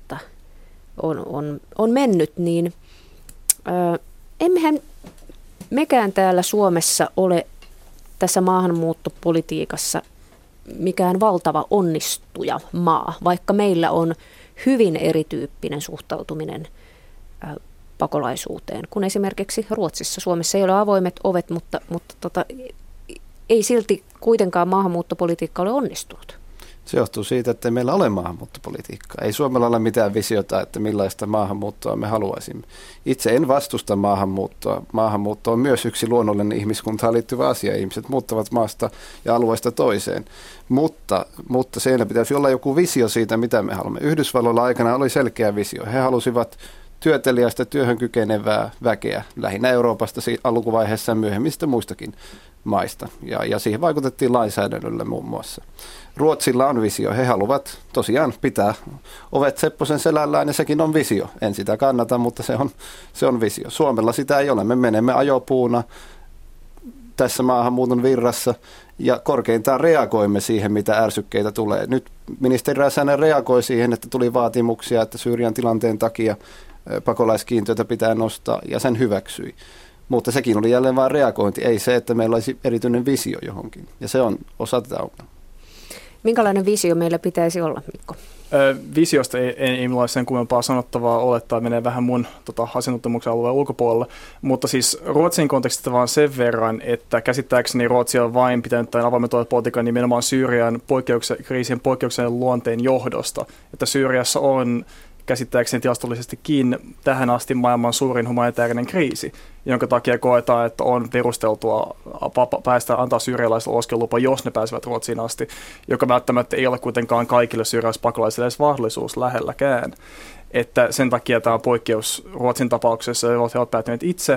on mennyt, niin emmehän mekään täällä Suomessa ole tässä maahanmuuttopolitiikassa mikään valtava onnistuja maa, vaikka meillä on hyvin erityyppinen suhtautuminen pakolaisuuteen kuin esimerkiksi Ruotsissa. Suomessa ei ole avoimet ovet, mutta ei silti kuitenkaan maahanmuuttopolitiikka ole onnistunut. Se johtuu siitä, että ei meillä ole maahanmuuttopolitiikkaa. Ei Suomella ole mitään visiota, että millaista maahanmuuttoa me haluaisimme. Itse en vastusta maahanmuuttoa. Maahanmuutto on myös yksi luonnollinen ihmiskuntaan liittyvä asia. Ihmiset muuttavat maasta ja alueesta toiseen. Mutta siellä pitäisi olla joku visio siitä, mitä me haluamme. Yhdysvalloilla aikana oli selkeä visio. He halusivat työteliäistä työhön kykenevää väkeä lähinnä Euroopasta alkuvaiheessa ja myöhemmistä muistakin maista. Ja siihen vaikutettiin lainsäädännöllä muun muassa. Ruotsilla on visio. He haluavat tosiaan pitää ovet Sepposen selällään ja sekin on visio. En sitä kannata, mutta se on visio. Suomella sitä ei ole. Me menemme ajopuuna tässä maahanmuuton virrassa ja korkeintaan reagoimme siihen, mitä ärsykkeitä tulee. Nyt ministeri Räsänen reagoi siihen, että tuli vaatimuksia, että Syyrian tilanteen takia pakolaiskiintiötä pitää nostaa ja sen hyväksyi. Mutta sekin oli jälleen vain reagointi, ei se, että meillä olisi erityinen visio johonkin. Ja se on osa tätä ongelmaa. Minkälainen visio meillä pitäisi olla, Mikko? Visiosta ei minulla ole sen kummempaa sanottavaa olettaa, menee vähän mun asiantuntemuksen alueen ulkopuolella. Mutta siis Ruotsin kontekstista vaan sen verran, että käsittääkseni Ruotsi on vain pitänyt tämän avoimen politiikan nimenomaan Syyrian kriisien poikkeuksellisen luonteen johdosta. Että Syyriassa on käsittääkseni tilastollisestikin tähän asti maailman suurin humanitaarinen kriisi, jonka takia koetaan, että on perusteltua antaa syyrialaisille oleskelulupa, jos ne pääsevät Ruotsiin asti, joka välttämättä ei ole kuitenkaan kaikille syyrialaispakolaisille edes mahdollisuus lähelläkään. Että sen takia tämä on poikkeus Ruotsin tapauksessa, he ovat päätyneet itse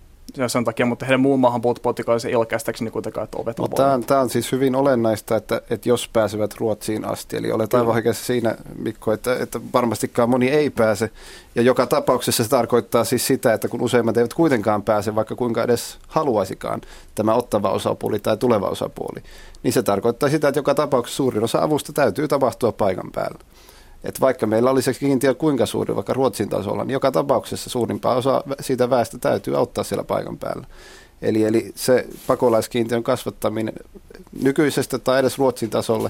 sen takia, mutta heidän muun maahanmuuttopolitiikalla ei ole käsittääkseni kuitenkaan, että ovet avoimet. Tämä on siis hyvin olennaista, että jos pääsevät Ruotsiin asti. Eli olet aivan oikeassa siinä, Mikko, että varmastikaan moni ei pääse. Ja joka tapauksessa se tarkoittaa siis sitä, että kun useimmat eivät kuitenkaan pääse, vaikka kuinka edes haluaisikaan tämä ottava osapuoli tai tuleva osapuoli, niin se tarkoittaa sitä, että joka tapauksessa suurin osa avusta täytyy tapahtua paikan päällä. Että vaikka meillä olisi kiintiö kuinka suuri, vaikka Ruotsin tasolla, niin joka tapauksessa suurimpaa osa siitä väestä täytyy auttaa siellä paikan päällä. Eli se pakolaiskiintiön kasvattaminen nykyisestä tai edes Ruotsin tasolle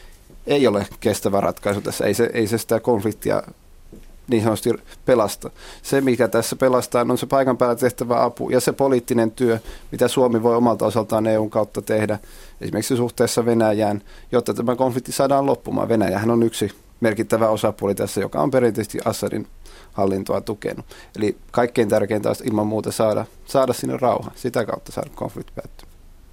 ei ole kestävä ratkaisu tässä. Ei se sitä konfliktia niin sanotusti pelasta. Se, mikä tässä pelastaa, on se paikan päällä tehtävä apu ja se poliittinen työ, mitä Suomi voi omalta osaltaan EUn kautta tehdä, esimerkiksi suhteessa Venäjään, jotta tämä konflikti saadaan loppumaan. Venäjähän on yksi merkittävä osapuoli tässä, joka on perinteisesti Assadin hallintoa tukenut. Eli kaikkein tärkeintä on ilman muuta saada sinne rauha, sitä kautta saada konflikti päättyä.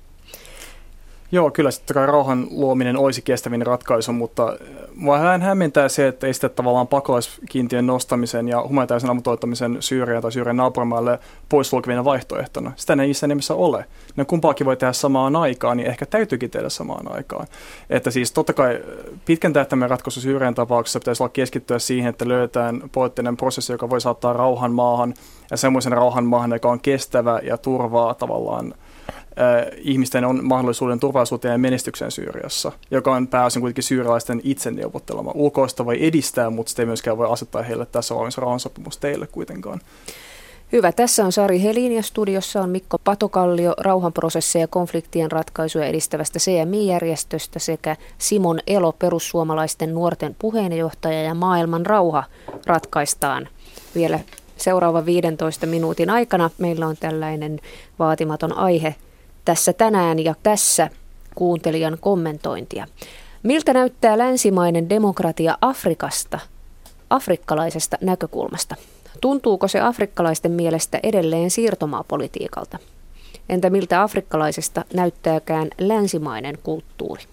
Joo, kyllä sitten rauhan luominen olisi kestävin ratkaisu, mutta vähän hämmentää se, että ei sitä tavallaan pakolaiskiintiön nostamisen ja humanitaarisen avun toimittamisen Syyriaan tai Syyrian naapurimaille poissulkevina vaihtoehtona. Sitä ei missään nimessä ole. Ne kumpaakin voi tehdä samaan aikaan, niin ehkä täytyykin tehdä samaan aikaan. Että siis totta kai pitkän tähtäimen ratkaisu Syyrian tapauksessa pitäisi olla keskittyä siihen, että löydetään poliittinen prosessi, joka voi saattaa rauhan maahan ja semmoisen rauhan maahan, joka on kestävä ja turvaa tavallaan ihmisten on mahdollisuuden turvallisuuteen ja menestykseen Syyriassa, joka on pääosin kuitenkin syyrialaisten itse neuvottelema. Ulkoista voi edistää, mutta sitä ei myöskään voi asettaa heille tässä valmis rauhansopimus teille kuitenkaan. Hyvä. Tässä on Sari Helin ja studiossa on Mikko Patokallio rauhanprosesseja ja konfliktien ratkaisuja edistävästä CMI-järjestöstä sekä Simon Elo, perussuomalaisten nuorten puheenjohtaja, ja maailman rauha ratkaistaan vielä seuraavan 15 minuutin aikana. Meillä on tällainen vaatimaton aihe tässä tänään ja tässä kuuntelijan kommentointia. Miltä näyttää länsimainen demokratia Afrikasta, afrikkalaisesta näkökulmasta? Tuntuuko se afrikkalaisten mielestä edelleen siirtomaapolitiikalta? Entä miltä afrikkalaisesta näyttääkään länsimainen kulttuuri?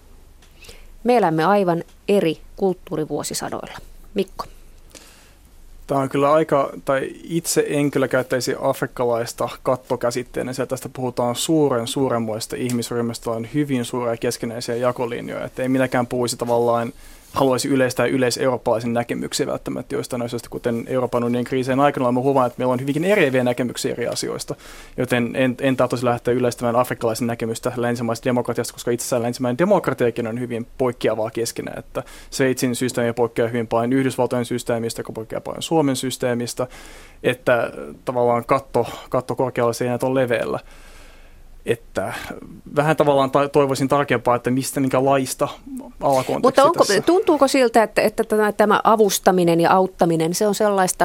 Me elämme aivan eri kulttuurivuosisadoilla. Mikko. Tämä on kyllä itse en kyllä käyttäisi afrikkalaista kattokäsitteenä. Sieltä tästä puhutaan suurenmoista ihmisryhmästä, on hyvin suuria keskinäisiä jakolinjoja. Että ei minäkään puhuisi tavallaan, haluaisi yleistää yleiseurooppalaisen näkemyksiä välttämättä joistain asioista, kuten Euroopan unionin kriisien aikana olemme huomanneet, että meillä on hyvinkin eriäviä näkemyksiä eri asioista, joten en tahtoisi lähteä yleistämään afrikkalaisen näkemystä länsimaisesta demokratiasta, koska itse asiassa länsimainen demokratiakin on hyvin poikkeavaa keskenään, että Sveitsin systeemi poikkeaa hyvin paljon Yhdysvaltojen systeemistä, joka poikkeaa paljon Suomen systeemistä, että tavallaan katto korkealla se ei näitä ole leveällä. Että vähän tavallaan toivoisin tarkempaa, että minkälaista alakontekstia tässä. Tuntuuko siltä, että tämä avustaminen ja auttaminen, se on sellaista,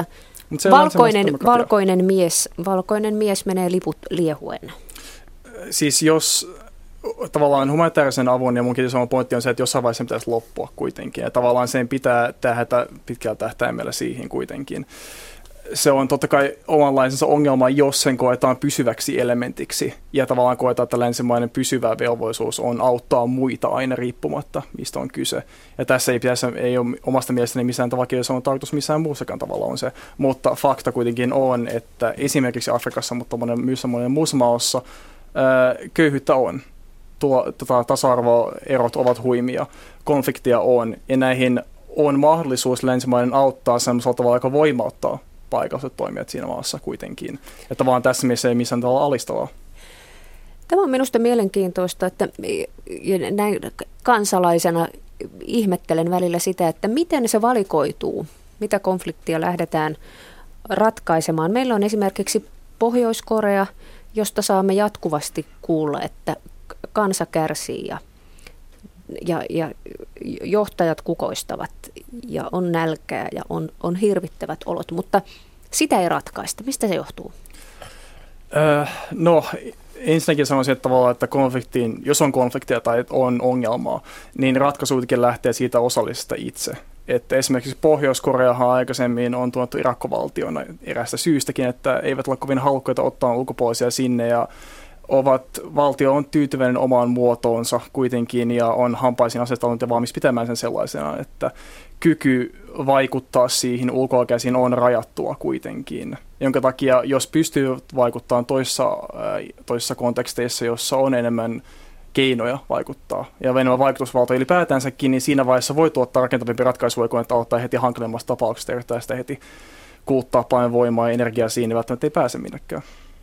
valkoinen mies menee liput liehuen? Siis jos tavallaan humanitaarisen avun ja munkin sama pointti on se, että jossain vaiheessa pitäisi loppua kuitenkin. Ja tavallaan sen pitää tähdätä pitkällä tähtäimellä siihen kuitenkin. Se on totta kai omanlaisensa ongelma, jos sen koetaan pysyväksi elementiksi. Ja tavallaan koetaan, että länsimainen pysyvä velvollisuus on auttaa muita aina riippumatta, mistä on kyse. Ja tässä ei ole omasta mielestäni missään tavalla, jos on tarkoitus missään muussakaan tavalla on se. Mutta fakta kuitenkin on, että esimerkiksi Afrikassa, mutta myös monen muussa maassa köyhyyttä on. Tasa-arvoerot ovat huimia, konfliktia on, ja näihin on mahdollisuus länsimainen auttaa semmoisella tavalla, joka voimauttaa paikalliset toimijat siinä maassa kuitenkin. Että vaan tässä mielessä ei missään tavalla alistavaa. Tämä on minusta mielenkiintoista, että näin kansalaisena ihmettelen välillä sitä, että miten se valikoituu, mitä konfliktia lähdetään ratkaisemaan. Meillä on esimerkiksi Pohjois-Korea, josta saamme jatkuvasti kuulla, että kansa kärsii ja johtajat kukoistavat ja on nälkää ja on hirvittävät olot, mutta sitä ei ratkaista. Mistä se johtuu? Ensinnäkin sanoisin, että konfliktiin, jos on konfliktia tai on ongelmaa, niin ratkaisuutkin lähtee siitä osallisesta itse. Että esimerkiksi Pohjois-Koreahan aikaisemmin on tuotu Irakko-valtiona eräästä syystäkin, että eivät ole kovin halukkaita ottaa ulkopuolisia sinne ja valtio on tyytyväinen omaan muotoonsa kuitenkin ja on hampaisin asettanut ja valmis pitämään sen sellaisena, että kyky vaikuttaa siihen ulkoa käsin on rajattua kuitenkin. Jonka takia, jos pystyy vaikuttamaan toisissa konteksteissa, jossa on enemmän keinoja vaikuttaa ja enemmän vaikutusvalta ylipäätänsäkin, niin siinä vaiheessa voi tuottaa rakentavampi ratkaisuja, kun että aloittaa heti hankalimmasta tapauksesta ja yrittää sitä heti kuluttaa paljon voimaa ja energiaa siinä, välttämättä ei pääse minnekään.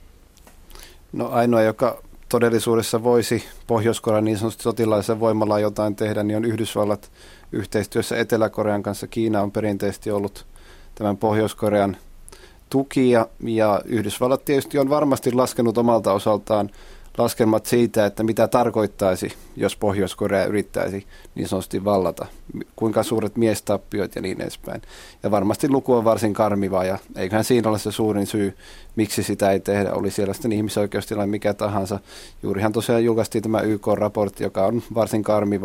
No ainoa, joka todellisuudessa voisi Pohjois-Korean niin sanotusti sotilaisen voimalla jotain tehdä, niin on Yhdysvallat yhteistyössä Etelä-Korean kanssa. Kiina on perinteisesti ollut tämän Pohjois-Korean tuki ja Yhdysvallat tietysti on varmasti laskenut omalta osaltaan laskelmat siitä, että mitä tarkoittaisi, jos Pohjois-Korea yrittäisi niin sanotusti vallata, kuinka suuret miestappiot ja niin edespäin. Ja varmasti luku on varsin karmiva ja eiköhän siinä ole se suurin syy, miksi sitä ei tehdä, oli siellä sitten ihmisoikeustilanne mikä tahansa. Juurihan tosiaan julkaistiin tämä YK-raportti, joka on varsin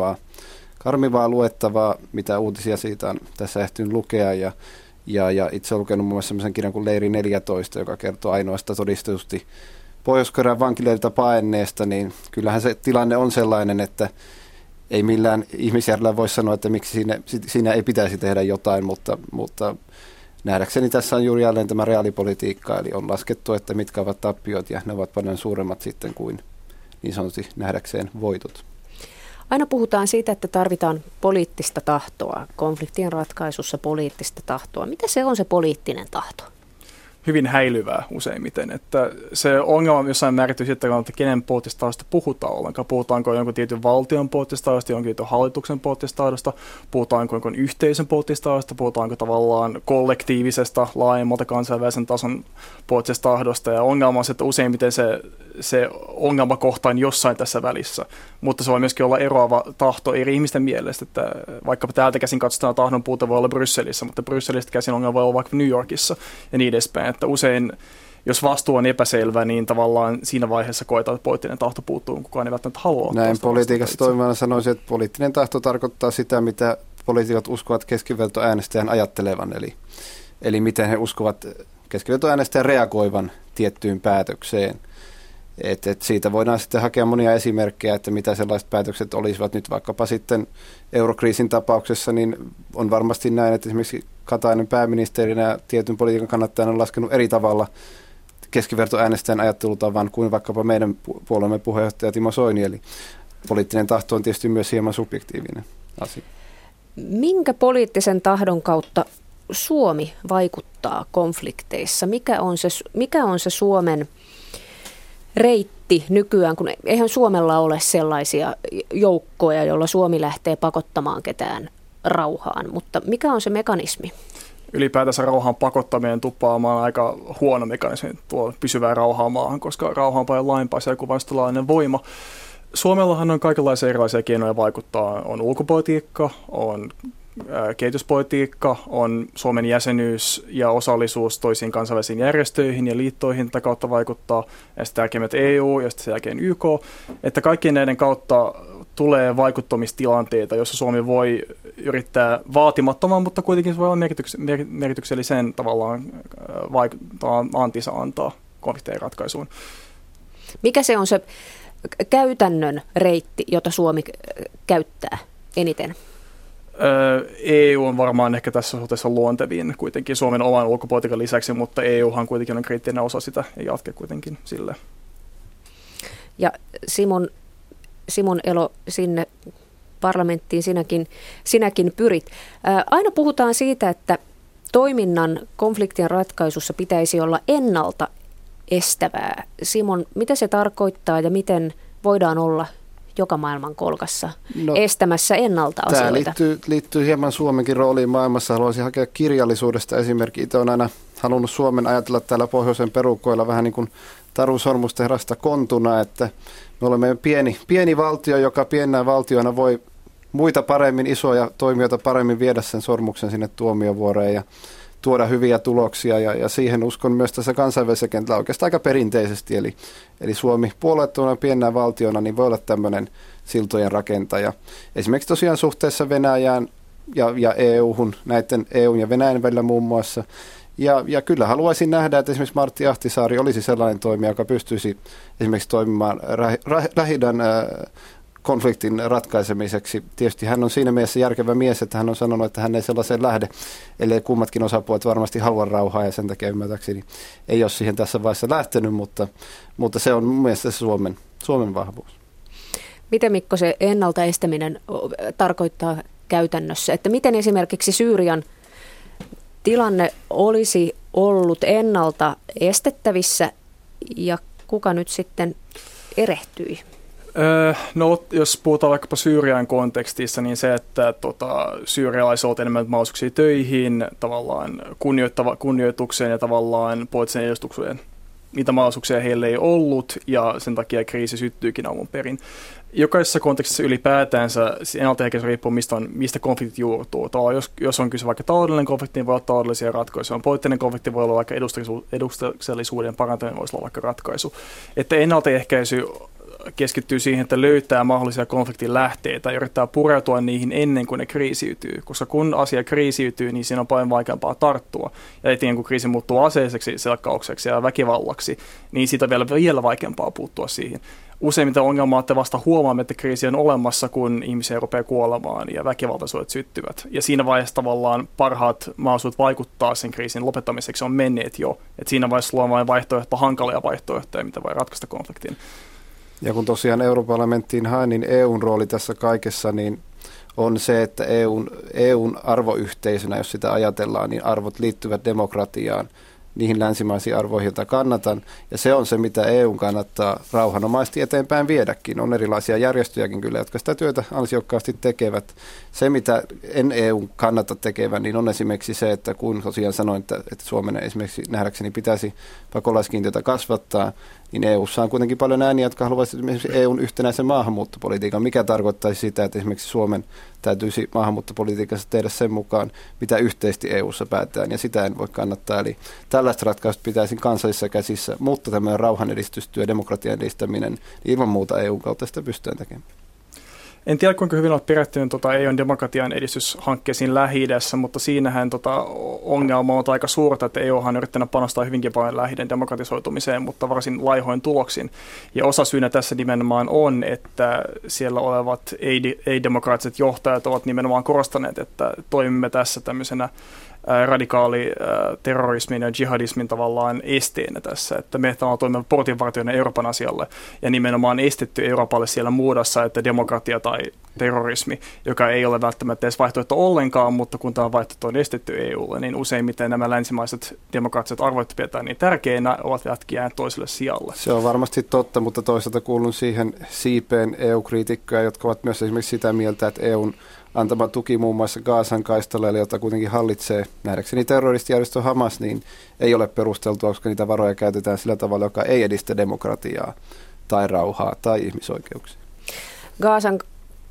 karmivaa luettavaa, mitä uutisia siitä on tässä ehtinyt lukea ja itse olen lukenut muun muassa sellaisen kirjan kuin Leiri 14, joka kertoo ainoastaan todistetusti Pohjois-Korean vankileiriltä paenneesta, niin kyllähän se tilanne on sellainen, että ei millään ihmisjärjellä voi sanoa, että miksi siinä ei pitäisi tehdä jotain, mutta nähdäkseni tässä on juuri jälleen tämä reaalipolitiikka, eli on laskettu, että mitkä ovat tappiot ja ne ovat paljon suuremmat sitten kuin niin sanotusti nähdäkseen voitot. Aina puhutaan siitä, että tarvitaan poliittista tahtoa, konfliktien ratkaisussa poliittista tahtoa. Mitä se on se poliittinen tahto? Hyvin häilyvää useimmiten, että se ongelma jossain määrittyy sitten, että kenen poliittisesta tahdosta puhutaan ollenkaan. Puhutaanko jonkun tietyn valtion poliittisesta tahdosta, jonkun tietyn hallituksen poliittisesta tahdosta, puhutaanko jonkun yhteisön poliittisesta tahdosta, puhutaanko tavallaan kollektiivisesta, laajemmalta kansainvälisen tason poliittisesta tahdosta. Ja ongelma on se, että useimmiten se ongelmakohta on jossain tässä välissä, mutta se voi myöskin olla eroava tahto eri ihmisten mielestä, että vaikkapa täältä käsin katsotaan tahdon puute voi olla Brysselissä, mutta Brysselistä käsin ongelma voi olla vaikka New Yorkissa ja niin edespäin, että usein jos vastuu on epäselvä, niin tavallaan siinä vaiheessa koetaan, että poliittinen tahto puuttuu, kun kukaan ei välttämättä halua. Näin politiikassa toimivana sanoisin, että poliittinen tahto tarkoittaa sitä, mitä poliitikot uskovat keskivertoäänestäjän ajattelevan, eli miten he uskovat keskivertoäänestäjän reagoivan tiettyyn päätökseen. Et siitä voidaan sitten hakea monia esimerkkejä, että mitä sellaiset päätökset olisivat nyt vaikkapa sitten eurokriisin tapauksessa, niin on varmasti näin, että esimerkiksi Katainen pääministerinä ja tietyn politiikan kannattajana on laskenut eri tavalla keskivertoäänestäjän ajattelutavan kuin vaikkapa meidän puolueemme puheenjohtaja Timo Soini, eli poliittinen tahto on tietysti myös hieman subjektiivinen asia. Minkä poliittisen tahdon kautta Suomi vaikuttaa konflikteissa? Mikä on se Suomen reitti nykyään, kun eihän Suomella ole sellaisia joukkoja, joilla Suomi lähtee pakottamaan ketään rauhaan, mutta mikä on se mekanismi? Ylipäätänsä rauhaan pakottaminen tuppaamaan on aika huono mekanismi tuo pysyvää rauhaa maahan, koska rauha on paljon laajempaa kuin vastalainen voima. Suomellahan on kaikenlaisia erilaisia keinoja vaikuttaa. On ulkopolitiikka, on kehityspolitiikka, on Suomen jäsenyys ja osallisuus toisiin kansainvälisiin järjestöihin ja liittoihin tätä kautta vaikuttaa, ja sitten tärkeimmät EU ja sitten sen jälkeen YK, että kaikkien näiden kautta tulee vaikuttamistilanteita, jossa Suomi voi yrittää vaatimattoman, mutta kuitenkin voi olla merkityksellisen tavallaan antinsa antaa konfliktien ratkaisuun. Mikä se on se käytännön reitti, jota Suomi käyttää eniten? EU on varmaan ehkä tässä suhteessa luontevin kuitenkin Suomen oman ulkopolitiikan lisäksi, mutta EUhan kuitenkin on kriittinen osa sitä ja jatke kuitenkin sille. Ja Simon Elo, sinne parlamenttiin sinäkin pyrit. Aina puhutaan siitä, että toiminnan konfliktien ratkaisussa pitäisi olla ennalta estävää. Simon, mitä se tarkoittaa ja miten voidaan olla joka maailman kolkassa estämässä ennalta asioita? Tämä liittyy hieman Suomenkin rooliin maailmassa. Haluaisin hakea kirjallisuudesta esimerkkiä. Itse olen aina halunnut Suomen ajatella täällä pohjoisen perukoilla vähän niin kuin Taru Sormustehdasta kontuna, että me olemme pieni valtio, joka pienenä valtiona voi muita paremmin, isoja toimijoita paremmin viedä sen sormuksen sinne tuomiovuoreen ja tuoda hyviä tuloksia, ja siihen uskon myös tässä kansainvälisessä kentällä oikeastaan aika perinteisesti. Eli Suomi puolueettomana pienenä valtiona niin voi olla tämmöinen siltojen rakentaja. Esimerkiksi tosiaan suhteessa Venäjään ja EU-hun, näiden EUn ja Venäjän välillä muun muassa. Ja kyllä haluaisin nähdä, että esimerkiksi Martti Ahtisaari olisi sellainen toimija, joka pystyisi esimerkiksi toimimaan Lähi-idän konfliktin ratkaisemiseksi. Tietysti hän on siinä mielessä järkevä mies, että hän on sanonut, että hän ei sellaiseen lähde, ellei kummatkin osapuolet varmasti halua rauhaa, ja sen takia ymmärtääkseni ei ole siihen tässä vaiheessa lähtenyt, mutta se on mun mielestä Suomen vahvuus. Miten, Mikko, se ennalta estäminen tarkoittaa käytännössä? Että miten esimerkiksi Syyrian tilanne olisi ollut ennalta estettävissä ja kuka nyt sitten erehtyi? No, jos puhutaan vaikkapa Syyrian kontekstissa, niin se, että syyrialaiset ovat enemmän mahdollisuuksia töihin, tavallaan kunnioitukseen ja tavallaan poliittiseen edustukseen, mitä mahdollisuuksia heille ei ollut, ja sen takia kriisi syttyykin alun perin. Jokaisessa kontekstissa ylipäätänsä ennaltaehkäisy riippuu, mistä konfliktit juurtuu. Jos on kyse vaikka taloudellinen konflikti, niin voi olla taloudellisia ratkaisuja. Poliittinen konflikti voi olla vaikka edustuksellisuuden parantaminen, voisi olla vaikka ratkaisu. Että ennaltaehkäisy keskittyy siihen, että löytää mahdollisia konfliktin lähteitä ja yrittää pureutua niihin ennen kuin ne kriisiytyy. Koska kun asia kriisiytyy, niin siinä on paljon vaikeampaa tarttua. Ja etenkin kun kriisi muuttuu aseiseksi, selkkaukseksi ja väkivallaksi, niin siitä on vielä vaikeampaa puuttua siihen. Useimmiten ongelma on, että vasta huomaamme, että kriisi on olemassa, kun ihmisiä rupeaa kuolemaan ja väkivaltaisuudet syttyvät. Ja siinä vaiheessa tavallaan parhaat mahdollisuudet vaikuttaa sen kriisin lopettamiseksi on menneet jo. Et siinä vaiheessa luodaan vain hankalia vaihtoehtoja, mitä voi ratkaista konfliktiin. Ja kun tosiaan europarlamenttiin haen, niin EUn rooli tässä kaikessa niin on se, että EUn arvoyhteisönä, jos sitä ajatellaan, niin arvot liittyvät demokratiaan, niihin länsimaisiin arvoihin, joita kannatan. Ja se on se, mitä EUn kannattaa rauhanomaisesti eteenpäin viedäkin. On erilaisia järjestöjäkin kyllä, jotka sitä työtä ansiokkaasti tekevät. Se, mitä en EUn kannata tekevän, niin on esimerkiksi se, että kun tosiaan sanoin, että Suomen esimerkiksi nähdäkseni pitäisi pakolaiskiintiötä kasvattaa, niin EU:ssa on kuitenkin paljon ääniä, jotka haluaisivat esimerkiksi EUn yhtenäisen maahanmuuttopolitiikan, mikä tarkoittaisi sitä, että esimerkiksi Suomen täytyisi maahanmuuttopolitiikassa tehdä sen mukaan, mitä yhteisesti EU:ssa päätetään, ja sitä en voi kannattaa. Eli tällaiset ratkaisut pitäisi kansallisissa käsissä, mutta tämmöinen rauhan edistystyö, demokratian edistäminen, niin ilman muuta EUn kautta sitä pystytään tekemään. En tiedä, kuinka hyvin olet perehtynyt EUn demokratian edistyshankkeisiin Lähi-idässä, mutta siinähän ongelma on aika suurta, että EU on yrittänyt panostaa hyvinkin paljon Lähi-idän demokratisoitumiseen, mutta varsin laihoin tuloksin. Ja osa syynä tässä nimenomaan on, että siellä olevat ei-demokraattiset johtajat ovat nimenomaan korostaneet, että toimimme tässä tämmöisenä radikaali terrorismin ja jihadismin tavallaan esteenä tässä, että me toimimme portinvartijana Euroopan asialle ja nimenomaan estetty Euroopalle siellä muodossa, että demokratia tai terrorismi, joka ei ole välttämättä edes vaihtoehto ollenkaan, mutta kun tämä vaihtoehto on estetty EUlle, niin useimmiten nämä länsimaiset demokraattiset arvot pidetään niin tärkeinä, ovat jääneet toiselle sijalle. Se on varmasti totta, mutta toisaalta kuulun siihen siipeen EU-kriitikkoja, jotka ovat myös esimerkiksi sitä mieltä, että EUn antama tuki muun muassa Gazan kaistaleelle, jota kuitenkin hallitsee nähdäkseni terroristijärjestö Hamas, niin ei ole perusteltua, koska niitä varoja käytetään sillä tavalla, joka ei edistä demokratiaa tai rauhaa tai ihmisoikeuksia. Gazan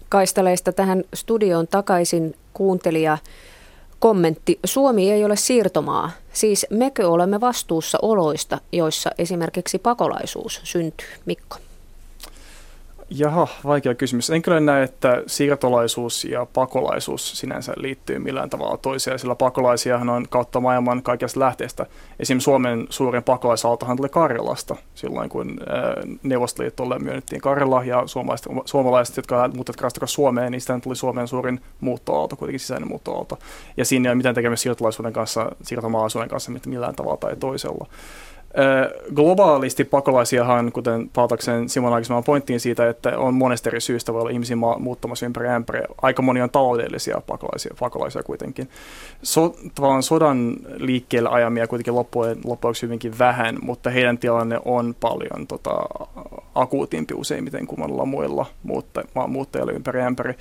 Kaistaleista tähän studioon takaisin kuuntelija kommentti. Suomi ei ole siirtomaa. Siis mekö olemme vastuussa oloista, joissa esimerkiksi pakolaisuus syntyy? Mikko. Jaha, vaikea kysymys. En kyllä näe, että siirtolaisuus ja pakolaisuus sinänsä liittyy millään tavalla toisiaan, sillä pakolaisiahan on kautta maailman kaikesta lähteestä. Esimerkiksi Suomen suurin pakolaisaaltohan tuli Karjalasta silloin, kun Neuvostoliitolle myönnettiin Karjala ja suomalaiset, jotka muuttivat Suomeen, niin sitten tuli Suomen suurin muuttoaalto, kuitenkin sisäinen muuttoaalto. Ja siinä ei ole mitään tekemistä siirtolaisuuden kanssa, siirtomaalaisuuden kanssa millään tavalla tai toisella. Globaalisti pakolaisiahan, kuten palatakseen Simon aikaisemman pointtiin siitä, että on monesta eri syystä voi olla ihmisiä muuttamassa ympäri ämpäri. Aika moni on taloudellisia pakolaisia kuitenkin. Sodan liikkeelle ajamia kuitenkin loppujen hyvinkin vähän, mutta heidän tilanne on paljon akuutimpi useimmiten kuin monilla muilla muuttajilla ympäri ämpäri.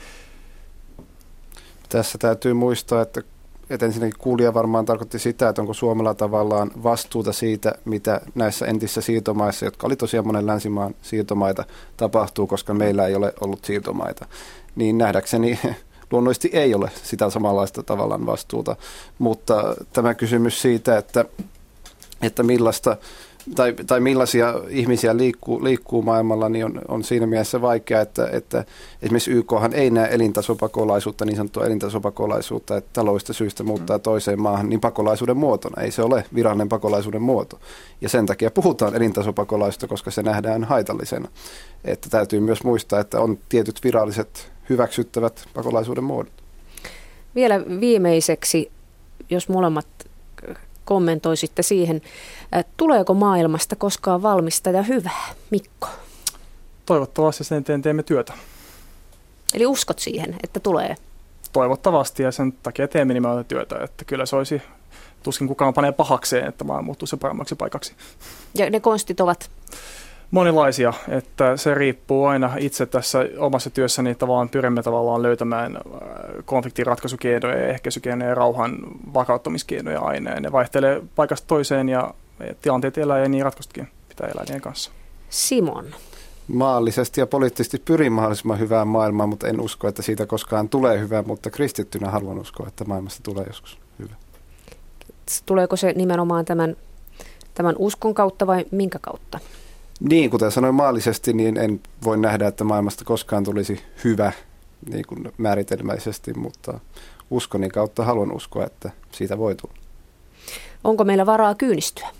Tässä täytyy muistaa, että ensinnäkin kuulija varmaan tarkoitti sitä, että onko Suomella tavallaan vastuuta siitä, mitä näissä entisissä siirtomaissa, jotka oli tosiaan monen länsimaan siirtomaita, tapahtuu, koska meillä ei ole ollut siirtomaita. Niin nähdäkseni luonnollisesti ei ole sitä samanlaista tavallaan vastuuta, mutta tämä kysymys siitä, että millaista tai millaisia ihmisiä liikkuu maailmalla, niin on siinä mielessä vaikea, että esimerkiksi YKhan ei näe elintasopakolaisuutta, niin sanottua elintasopakolaisuutta, että taloudellisista syistä muuttaa toiseen maahan, niin pakolaisuuden muotona. Ei se ole virallinen pakolaisuuden muoto. Ja sen takia puhutaan elintasopakolaisuutta, koska se nähdään haitallisena. Että täytyy myös muistaa, että on tietyt viralliset hyväksyttävät pakolaisuuden muodot. Vielä viimeiseksi, jos molemmat kommentoisitte siihen, tuleeko maailmasta koskaan valmista ja hyvää? Mikko. Toivottavasti sen eteen teemme työtä. Eli uskot siihen, että tulee? Toivottavasti, ja sen takia teemme nimenomaan työtä, että kyllä se olisi, tuskin kukaan panee pahakseen, että maa muuttuu se paremmaksi paikaksi. Ja ne konstit ovat? Monilaisia, että se riippuu aina itse tässä omassa työssäni, pyrimme löytämään konfliktin ratkaisukeinoja ja ehkäisykeinoja ja rauhan vakauttamiskeinoja aina. Ja ne vaihtelee paikasta toiseen ja tilanteet elää ja niin ratkaisustakin pitää elää niiden kanssa. Simon. Maallisesti ja poliittisesti pyrin mahdollisimman hyvään maailmaan, mutta en usko, että siitä koskaan tulee hyvää, mutta kristittynä haluan uskoa, että maailmasta tulee joskus hyvä. Tuleeko se nimenomaan tämän uskon kautta vai minkä kautta? Niin, kuten sanoin maallisesti, niin en voi nähdä, että maailmasta koskaan tulisi hyvä niin kuin määritelmäisesti, mutta uskoni kautta haluan uskoa, että siitä voi tulla. Onko meillä varaa kyynistyä?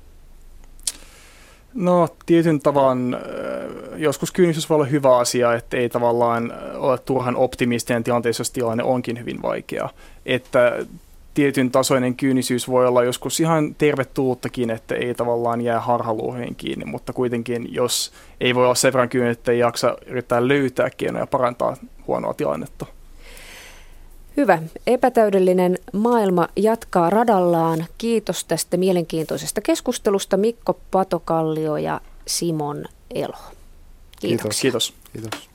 No, tietyn tavan joskus kyynistys voi olla hyvä asia, että ei tavallaan ole turhan optimistinen tilanteessa, jos tilanne onkin hyvin vaikea. Että tietyn tasoinen kyynisyys voi olla joskus ihan tervetullutakin, että ei tavallaan jää harhaluuhiin kiinni, mutta kuitenkin jos ei voi olla sen verran kyyninen, että ei jaksa yrittää löytää keinoja parantaa huonoa tilannetta. Hyvä. Epätäydellinen maailma jatkaa radallaan. Kiitos tästä mielenkiintoisesta keskustelusta Mikko Patokallio ja Simon Elo. Kiitoksia. Kiitos. Kiitos.